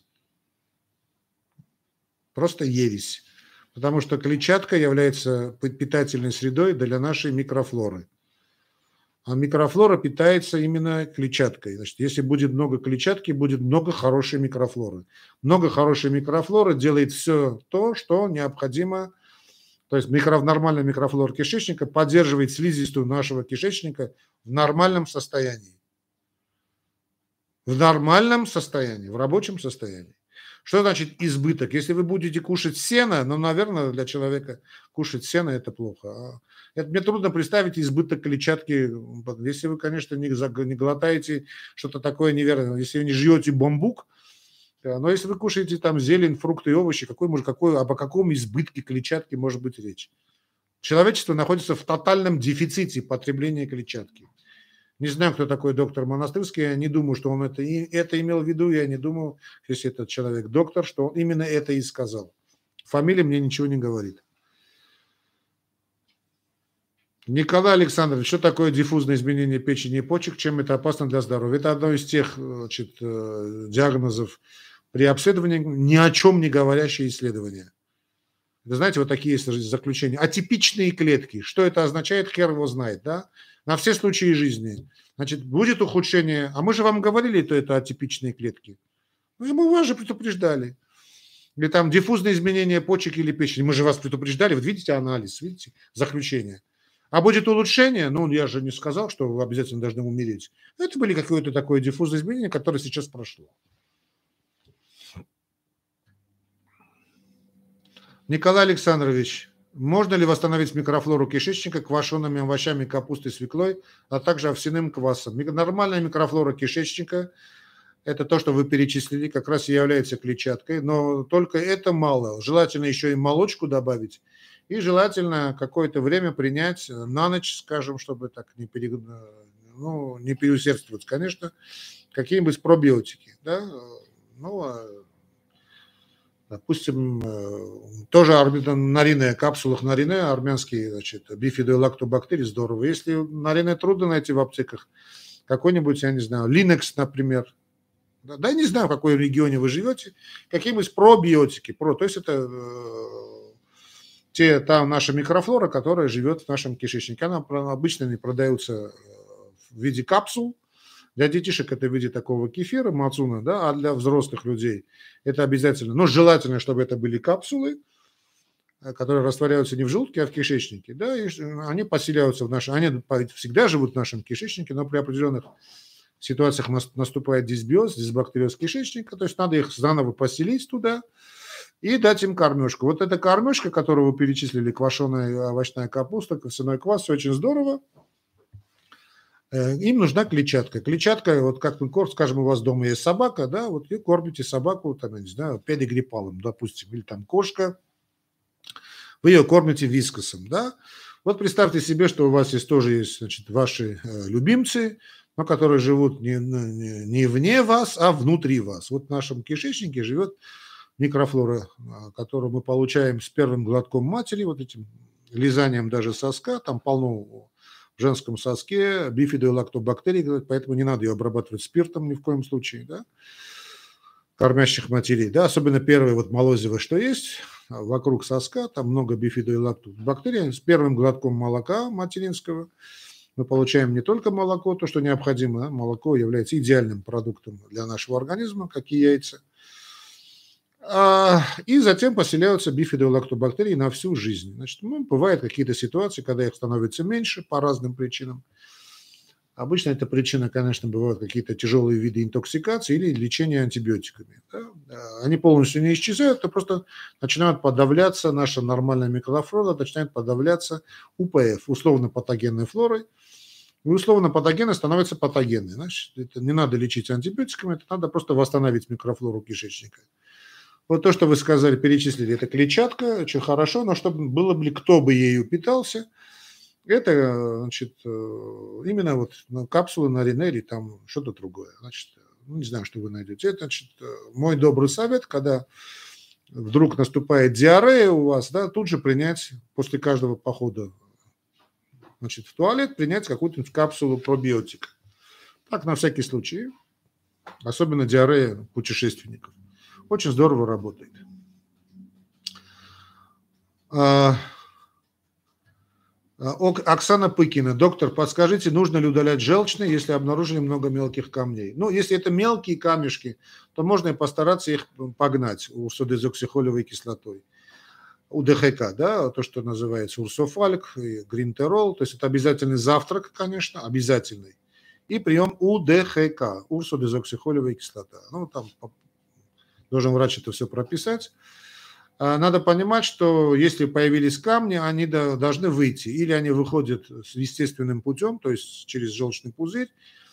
Просто ересь. Потому что клетчатка является питательной средой для нашей микрофлоры. А микрофлора питается именно клетчаткой. Значит, если будет много клетчатки, будет много хорошей микрофлоры. Много хорошей микрофлоры делает все то, что необходимо. То есть нормальная микрофлора кишечника поддерживает слизистую нашего кишечника в нормальном состоянии. В нормальном состоянии, в рабочем состоянии. Что значит избыток? Если вы будете кушать сено, ну, наверное, для человека кушать сено – это плохо. Это мне трудно представить избыток клетчатки. Если вы, конечно, не глотаете что-то такое невероятное, если вы не жуете бамбук, но если вы кушаете там зелень, фрукты и овощи, о каком избытке клетчатки может быть речь? Человечество находится в тотальном дефиците потребления клетчатки. Не знаю, кто такой доктор Монастырский, я не думаю, что он это имел в виду, я не думаю, если этот человек доктор, что он именно это и сказал. Фамилия мне ничего не говорит. Николай Александрович, что такое диффузное изменение печени и почек, чем это опасно для здоровья? Это одно из тех, значит, диагнозов при обследовании, ни о чем не говорящие исследования. Вы знаете, вот такие есть заключения. Атипичные клетки. Что это означает, хер его знает, да? На все случаи жизни. Значит, будет ухудшение. А мы же вам говорили, что это атипичные клетки. Ну, и мы вас же предупреждали. Или там диффузное изменение почек или печени. Мы же вас предупреждали. Вот видите анализ, видите, заключение. А будет улучшение, ну, я же не сказал, что вы обязательно должны умереть. Это были какое-то такое диффузное изменение, которое сейчас прошло. Николай Александрович, можно ли восстановить микрофлору кишечника квашеными овощами, капустой, свеклой, а также овсяным квасом? Нормальная микрофлора кишечника – это то, что вы перечислили, как раз и является клетчаткой, но только это мало. Желательно еще и молочку добавить, и желательно какое-то время принять на ночь, скажем, чтобы так не переусердствовать, конечно, какие-нибудь пробиотики, да, допустим, тоже нарине, капсулах нарине, армянские, значит, бифидолактобактерии, здорово. Если нарине трудно найти в аптеках, какой-нибудь, я не знаю, Linux, например, да, не знаю, в какой регионе вы живете, какие-нибудь пробиотики, то есть это та наша микрофлора, которая живет в нашем кишечнике. Она обычно не продается в виде капсул. Для детишек это в виде такого кефира, мацуна, да, а для взрослых людей это обязательно, но желательно, чтобы это были капсулы, которые растворяются не в желудке, а в кишечнике, да, и они поселяются они всегда живут в нашем кишечнике, но при определенных ситуациях наступает дисбактериоз кишечника, то есть надо их заново поселить туда и дать им кормежку. Вот эта кормежка, которую вы перечислили, квашеная овощная капуста, овсяной квас, все очень здорово. Им нужна клетчатка. Клетчатка, вот как мы скажем, у вас дома есть собака, да, вот и кормите собаку, там, я не знаю, педигрипалом, допустим, или там кошка, вы ее кормите вискосом, да. Вот представьте себе, что у вас тоже есть, значит, ваши любимцы, но которые живут не вне вас, а внутри вас. Вот в нашем кишечнике живет микрофлора, которую мы получаем с первым глотком матери, вот этим лизанием даже соска, там полно в женском соске бифидолактобактерий, поэтому не надо ее обрабатывать спиртом ни в коем случае, да, кормящих матерей, да, особенно первые вот молозивы, что есть вокруг соска, там много бифидолактобактерий. С первым глотком молока материнского мы получаем не только молоко, то, что необходимо, молоко является идеальным продуктом для нашего организма, как и яйца. И затем поселяются бифидолактобактерии на всю жизнь. Значит, бывают какие-то ситуации, когда их становится меньше по разным причинам. Обычно эта причина, конечно, бывают какие-то тяжелые виды интоксикации или лечения антибиотиками. Да? Они полностью не исчезают, а просто начинают подавляться, наша нормальная микрофлора начинает подавляться УПФ, условно-патогенной флорой. И условно-патогены становятся патогенной. Значит, это не надо лечить антибиотиками, это надо просто восстановить микрофлору кишечника. Вот то, что вы сказали, перечислили, это клетчатка, очень хорошо, но чтобы было бы, кто бы ею питался, это, значит, именно вот капсулы на Рене или там что-то другое. Значит, не знаю, что вы найдете. Это, значит, мой добрый совет, когда вдруг наступает диарея у вас, да, тут же принять после каждого похода, значит, в туалет, принять какую-то капсулу пробиотика. Так, на всякий случай. Особенно диарея путешественников. Очень здорово работает. Оксана Пыкина. Доктор, подскажите, нужно ли удалять желчные, если обнаружили много мелких камней? Ну, если это мелкие камешки, то можно и постараться их погнать урсодезоксихолевой кислотой. УДХК, да, то, что называется урсофальк, гринтерол. То есть это обязательный завтрак, конечно, обязательный. И прием УДХК, урсодезоксихолевая кислота. Ну, там должен врач это все прописать. Надо понимать, что если появились камни, они должны выйти. Или они выходят естественным путем, то есть через желчный пузырь,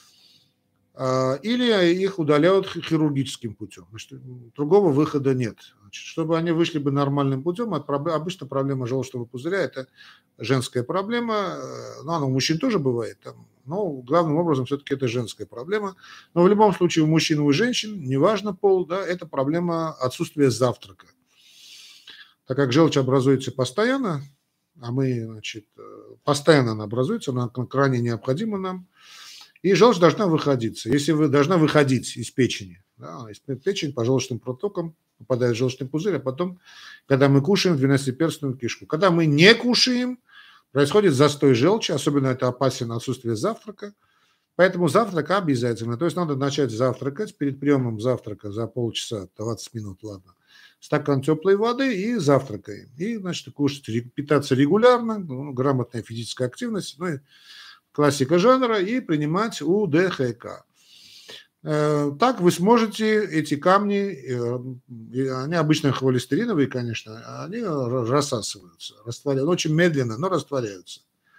или их удаляют хирургическим путем. Значит, другого выхода нет. Значит, чтобы они вышли бы нормальным путем, обычно проблема желчного пузыря – это женская проблема. Ну, она у мужчин тоже бывает, но главным образом все-таки это женская проблема. Но в любом случае у мужчин и у женщин, неважно пол, да, это проблема отсутствия завтрака. Так как желчь образуется постоянно, а мы, значит, постоянно она образуется, она крайне необходима нам, и желчь должна выходиться. Если вы должна выходить из печени, да, печень по желчным протокам попадает в желчный пузырь, а потом, когда мы кушаем, в двенадцатиперстную кишку. Когда мы не кушаем, происходит застой желчи, особенно это опасно отсутствие завтрака, поэтому завтрак обязательно. То есть надо начать завтракать перед приемом завтрака за полчаса, 20 минут, ладно. Стакан теплой воды и завтракаем. И, значит, кушать, питаться регулярно, грамотная физическая активность, ну и классика жанра, и принимать УДХК. Так вы сможете эти камни, они обычно холестериновые, конечно, они рассасываются, растворяются, очень медленно, но растворяются.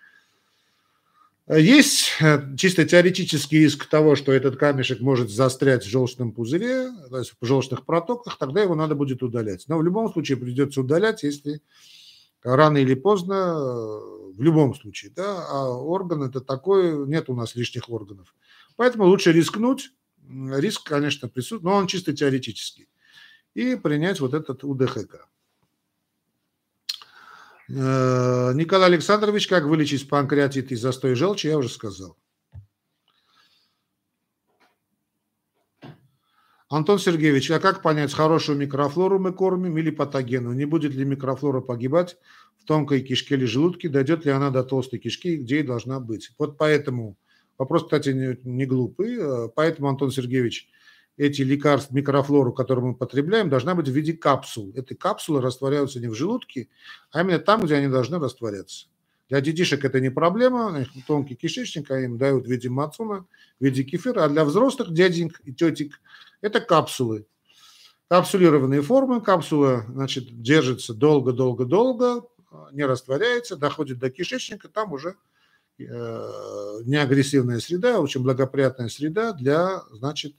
Есть чисто теоретический риск того, что этот камешек может застрять в желчном пузыре, то есть в желчных протоках, тогда его надо будет удалять. Но в любом случае придется удалять, если рано или поздно, в любом случае, да, а орган это такой, нет у нас лишних органов. Поэтому лучше рискнуть, риск, конечно, присутствует, но он чисто теоретический, и принять вот этот УДХК. Николай Александрович, как вылечить панкреатит и застой желчи, я уже сказал. Антон Сергеевич, а как понять, хорошую микрофлору мы кормим или патогенную? Не будет ли микрофлора погибать в тонкой кишке или желудке? Дойдет ли она до толстой кишки, где и должна быть? Вот поэтому, вопрос, кстати, не глупый, поэтому, Антон Сергеевич, эти лекарства, микрофлору, которую мы потребляем, должна быть в виде капсул. Эти капсулы растворяются не в желудке, а именно там, где они должны растворяться. Для детишек это не проблема, у них тонкий кишечник, а им дают в виде мацуна, в виде кефира, а для взрослых дяденьк и тетек это капсулы. Капсулированные формы, капсула, значит, держится долго-долго-долго, не растворяется, доходит до кишечника, там уже неагрессивная среда, очень благоприятная среда для, значит,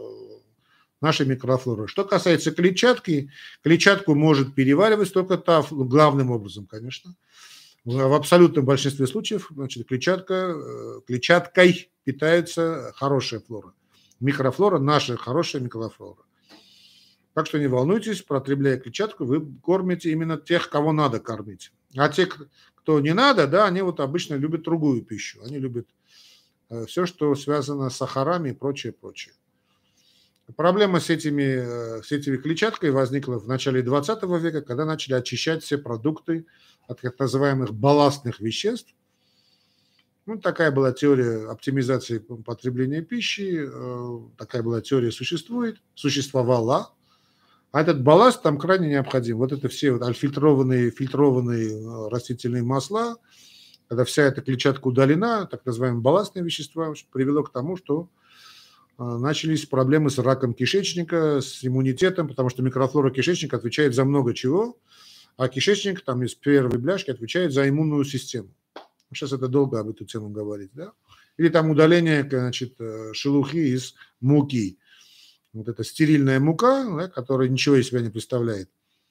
нашей микрофлоры. Что касается клетчатки, клетчатку может переваривать только та, главным образом, конечно. В абсолютном большинстве случаев, значит, клетчаткой питается хорошая флора. Микрофлора, наша хорошая микрофлора. Так что не волнуйтесь, потребляя клетчатку, вы кормите именно тех, кого надо кормить. А те, кто не надо, да, они вот обычно любят другую пищу. Они любят все, что связано с сахарами и прочее, прочее. Проблема с этими клетчаткой возникла в начале 20 века, когда начали очищать все продукты от так называемых балластных веществ. Ну, такая была теория оптимизации потребления пищи, такая была теория существовала. А этот балласт там крайне необходим. Вот это все вот фильтрованные растительные масла, когда вся эта клетчатка удалена, так называемые балластные вещества, привело к тому, что начались проблемы с раком кишечника, с иммунитетом, потому что микрофлора кишечника отвечает за много чего, а кишечник там из первой бляшки отвечает за иммунную систему. Сейчас это долго об эту тему говорить, да? Или там удаление, значит, шелухи из муки. Вот это стерильная мука, да, которая ничего из себя не представляет.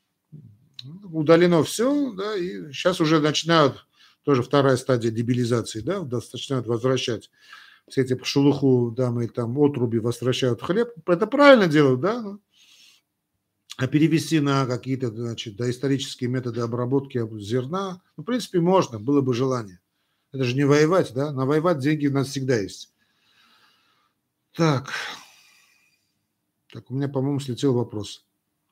Удалено все, да, и сейчас уже начинают, тоже вторая стадия дебилизации, да, начинают возвращать все эти шелуху, да, мы там отруби возвращают в хлеб. Это правильно делают, да? перевести на какие-то, значит, доисторические методы обработки зерна, ну, в принципе, можно, было бы желание. Это же не воевать, да? На воевать деньги у нас всегда есть. Так, у меня, по-моему, слетел вопрос.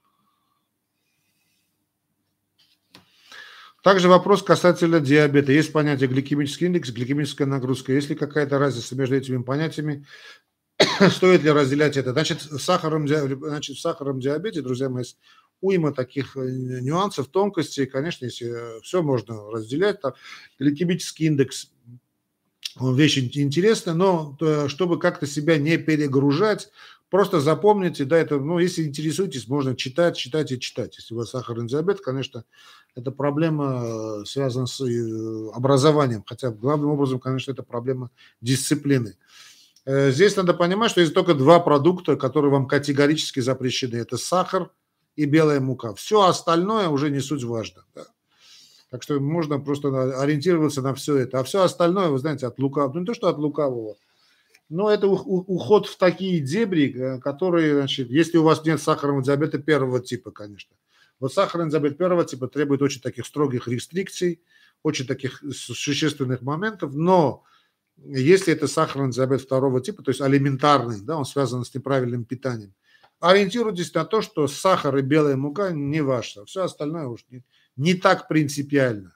Также вопрос касательно диабета. Есть понятие гликемический индекс, гликемическая нагрузка. Есть ли какая-то разница между этими понятиями? Стоит ли разделять это? Значит, в сахарном диабете, друзья мои, есть уйма таких нюансов, тонкостей. Конечно, если все можно разделять. Так, гликемический индекс – вещь интересная, но чтобы как-то себя не перегружать, просто запомните, да, это, ну, если интересуетесь, можно читать. Если у вас сахарный диабет, конечно, это проблема связана с образованием, хотя главным образом, конечно, это проблема дисциплины. Здесь надо понимать, что есть только два продукта, которые вам категорически запрещены. Это сахар и белая мука. Все остальное уже не суть важно. Да. Так что можно просто ориентироваться на все это. А все остальное, вы знаете, от лукавого, ну не то, что от лукавого, но это уход в такие дебри, которые, значит, если у вас нет сахарного диабета первого типа, конечно. Вот сахарный диабет первого типа требует очень таких строгих рестрикций, очень таких существенных моментов, но если это сахарный диабет второго типа, то есть алиментарный, да, он связан с неправильным питанием, ориентируйтесь на то, что сахар и белая мука не ваше, все остальное уж не так принципиально.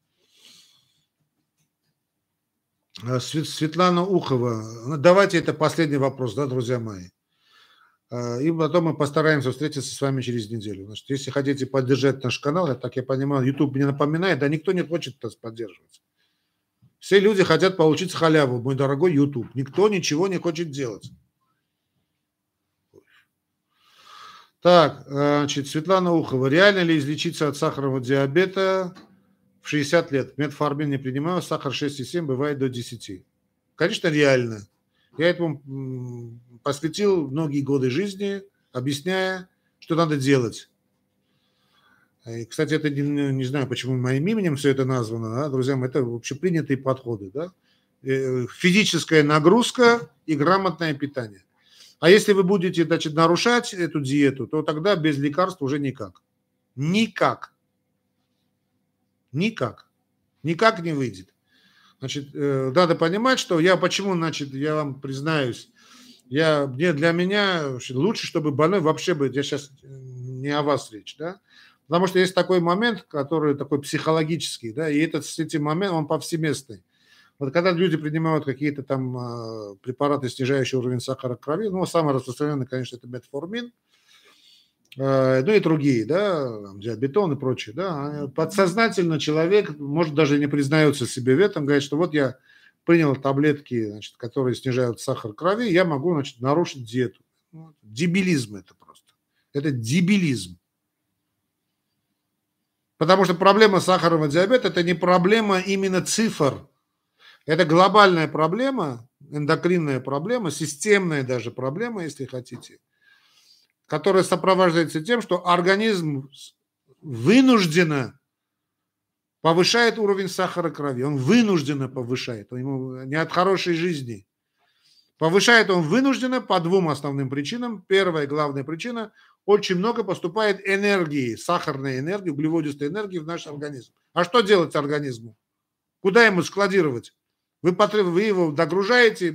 Светлана Ухова. Давайте это последний вопрос, да, друзья мои. И потом мы постараемся встретиться с вами через неделю. Значит, если хотите поддержать наш канал, так я понимаю, YouTube мне напоминает, да никто не хочет нас поддерживать. Все люди хотят получить халяву, мой дорогой YouTube. Никто ничего не хочет делать. Так, значит, Светлана Ухова. Реально ли излечиться от сахарного диабета в 60 лет? Метформин не принимаю, сахар 6,7, бывает до 10. Конечно, реально. Я этому посвятил многие годы жизни, объясняя, что надо делать. И, кстати, это не знаю, почему моим именем все это названо, да, друзья мои, это общепринятые подходы. Да? Физическая нагрузка и грамотное питание. А если вы будете, значит, нарушать эту диету, то тогда без лекарств уже никак. Никак. Никак. Никак не выйдет. Значит, надо понимать, что я вам признаюсь, для меня лучше, чтобы больной вообще бы, я сейчас не о вас речь, да, потому что есть такой момент, который такой психологический, да, и этим моментом, он повсеместный. Вот когда люди принимают какие-то там препараты, снижающие уровень сахара в крови, ну, самый распространенный, конечно, это метформин, ну и другие, да, диабетон и прочее, да, подсознательно человек, может, даже не признается себе в этом, говорит, что вот я принял таблетки, значит, которые снижают сахар крови, я могу, значит, нарушить диету. Дебилизм это просто. Это дебилизм. Потому что проблема сахарного диабета – это не проблема именно цифр. Это глобальная проблема, эндокринная проблема, системная даже проблема, если хотите, которая сопровождается тем, что организм вынужденно повышает уровень сахара крови. Он вынужденно повышает. Ему не от хорошей жизни. Повышает он вынужденно по двум основным причинам. Первая главная причина – очень много поступает энергии, сахарной энергии, углеводистой энергии в наш организм. А что делать организму? Куда ему складировать? Вы его нагружаете,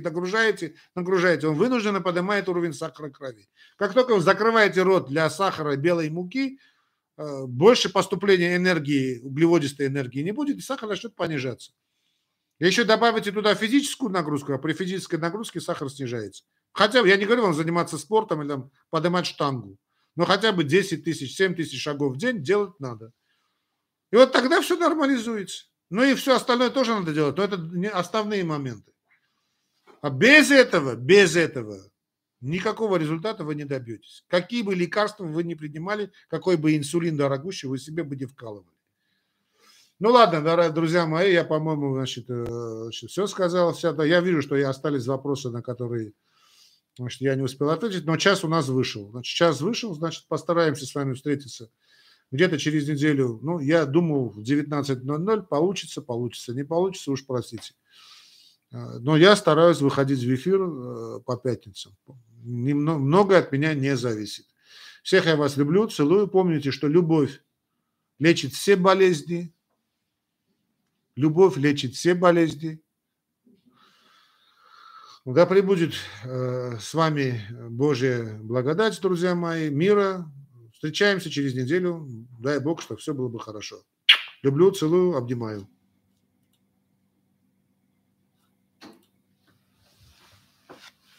он вынужденно поднимает уровень сахара крови. Как только вы закрываете рот для сахара и белой муки, больше поступления энергии, углеводистой энергии не будет, и сахар начнет понижаться. Еще добавите туда физическую нагрузку, а при физической нагрузке сахар снижается. Хотя я не говорю вам заниматься спортом или там, поднимать штангу, но хотя бы 10 тысяч, 7 тысяч шагов в день делать надо. И вот тогда все нормализуется. Ну и все остальное тоже надо делать, но это не основные моменты. А без этого никакого результата вы не добьетесь. Какие бы лекарства вы ни принимали, какой бы инсулин дорогущий вы себе бы не вкалывали. Ну ладно, дорогие друзья мои, я, по-моему, значит, все сказал. Я вижу, что остались вопросы, на которые, значит, я не успел ответить, но час у нас вышел. Значит, постараемся с вами встретиться где-то через неделю. Ну, я думаю, в 19:00 получится, не получится, уж простите. Но я стараюсь выходить в эфир по пятницам. Многое от меня не зависит. Всех я вас люблю, целую. Помните, что любовь лечит все болезни. Любовь лечит все болезни. Да пребудет с вами Божья благодать, друзья мои, мира. Встречаемся через неделю. Дай Бог, чтобы все было бы хорошо. Люблю, целую, обнимаю.